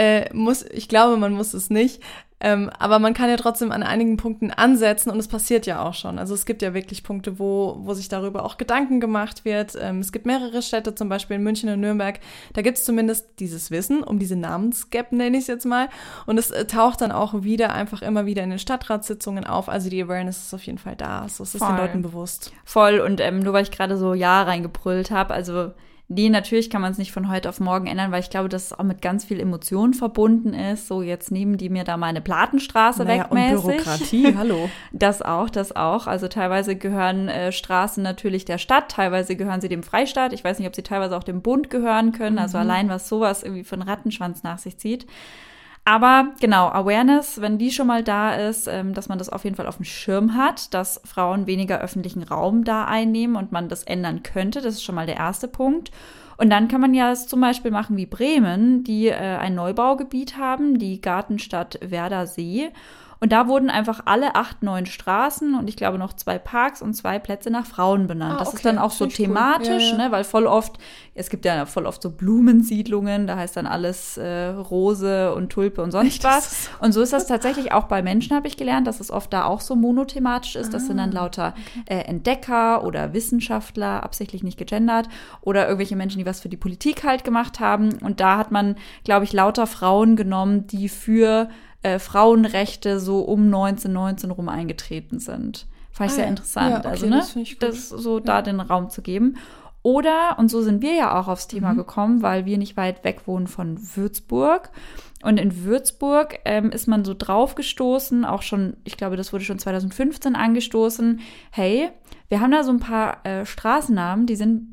ich glaube, man muss es nicht. Aber man kann ja trotzdem an einigen Punkten ansetzen und es passiert ja auch schon. Also es gibt ja wirklich Punkte, wo sich darüber auch Gedanken gemacht wird. Es gibt mehrere Städte, zum Beispiel in München und Nürnberg. Da gibt es zumindest dieses Wissen um diese Namensgap, nenne ich es jetzt mal. Und es taucht dann auch einfach immer wieder in den Stadtratssitzungen auf. Also die Awareness ist auf jeden Fall da. So ist es den Leuten bewusst. Voll. Und nur weil ich gerade so Ja reingebrüllt habe, also nee, natürlich kann man es nicht von heute auf morgen ändern, weil ich glaube, dass es auch mit ganz viel Emotion verbunden ist. So, jetzt nehmen die mir da meine Platenstraße weg mäßig. Und Bürokratie, hallo. Das auch. Also teilweise gehören Straßen natürlich der Stadt, teilweise gehören sie dem Freistaat. Ich weiß nicht, ob sie teilweise auch dem Bund gehören können. Also allein, was sowas irgendwie für einen Rattenschwanz nach sich zieht. Aber genau, Awareness, wenn die schon mal da ist, dass man das auf jeden Fall auf dem Schirm hat, dass Frauen weniger öffentlichen Raum da einnehmen und man das ändern könnte. Das ist schon mal der erste Punkt. Und dann kann man ja es zum Beispiel machen wie Bremen, die ein Neubaugebiet haben, die Gartenstadt Werder See. Und da wurden einfach alle 8, 9 Straßen und ich glaube noch 2 Parks und 2 Plätze nach Frauen benannt. Das ist dann auch so thematisch, cool. Ja. Ne? Weil es gibt ja voll oft so Blumensiedlungen, da heißt dann alles Rose und Tulpe und sonst was. Und so ist das tatsächlich auch bei Menschen, habe ich gelernt, dass es oft da auch so monothematisch ist. Das sind dann lauter Entdecker oder Wissenschaftler, absichtlich nicht gegendert, oder irgendwelche Menschen, die was für die Politik halt gemacht haben. Und da hat man, glaube ich, lauter Frauen genommen, die für Frauenrechte so um 1919 rum eingetreten sind. Fand ich sehr interessant. Ja, okay, also, ne, das so da den Raum zu geben. Oder, und so sind wir ja auch aufs Thema gekommen, weil wir nicht weit weg wohnen von Würzburg. Und in Würzburg ist man so drauf gestoßen, auch schon, ich glaube, das wurde schon 2015 angestoßen. Hey, wir haben da so ein paar Straßennamen,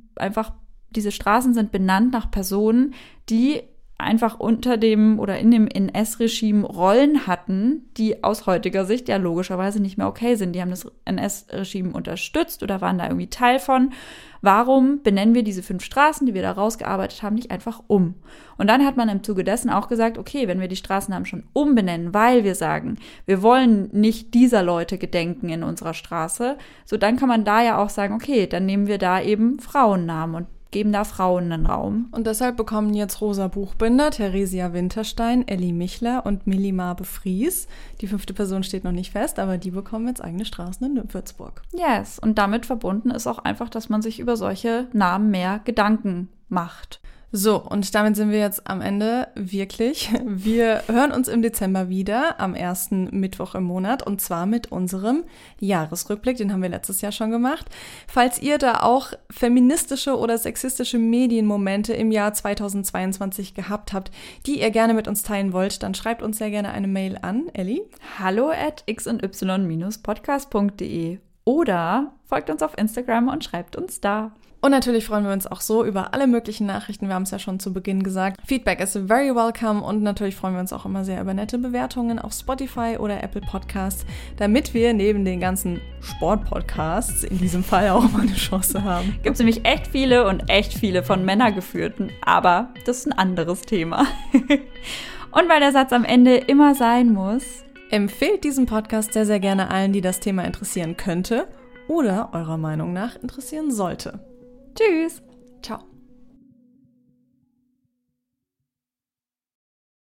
diese Straßen sind benannt nach Personen, die einfach unter dem oder in dem NS-Regime Rollen hatten, die aus heutiger Sicht ja logischerweise nicht mehr okay sind. Die haben das NS-Regime unterstützt oder waren da irgendwie Teil von. Warum benennen wir diese 5 Straßen, die wir da rausgearbeitet haben, nicht einfach um? Und dann hat man im Zuge dessen auch gesagt, okay, wenn wir die Straßennamen schon umbenennen, weil wir sagen, wir wollen nicht dieser Leute gedenken in unserer Straße, so dann kann man da ja auch sagen, okay, dann nehmen wir da eben Frauennamen und geben da Frauen einen Raum. Und deshalb bekommen jetzt Rosa Buchbinder, Theresia Winterstein, Elli Michler und Millie Marbe Fries. Die 5. Person steht noch nicht fest, aber die bekommen jetzt eigene Straßen in Würzburg. Yes, und damit verbunden ist auch einfach, dass man sich über solche Namen mehr Gedanken macht. So, und damit sind wir jetzt am Ende wirklich. Wir hören uns im Dezember wieder, am 1. Mittwoch im Monat, und zwar mit unserem Jahresrückblick, den haben wir letztes Jahr schon gemacht. Falls ihr da auch feministische oder sexistische Medienmomente im Jahr 2022 gehabt habt, die ihr gerne mit uns teilen wollt, dann schreibt uns sehr gerne eine Mail an, Elli. hallo@xy-podcast.de oder folgt uns auf Instagram und schreibt uns da. Und natürlich freuen wir uns auch so über alle möglichen Nachrichten. Wir haben es ja schon zu Beginn gesagt. Feedback is very welcome und natürlich freuen wir uns auch immer sehr über nette Bewertungen auf Spotify oder Apple Podcasts, damit wir neben den ganzen Sportpodcasts in diesem Fall auch mal eine Chance haben. Gibt es nämlich echt viele von Männern geführten, aber das ist ein anderes Thema. Und weil der Satz am Ende immer sein muss, empfehlt diesen Podcast sehr, sehr gerne allen, die das Thema interessieren könnte oder eurer Meinung nach interessieren sollte. Tschüss. Ciao.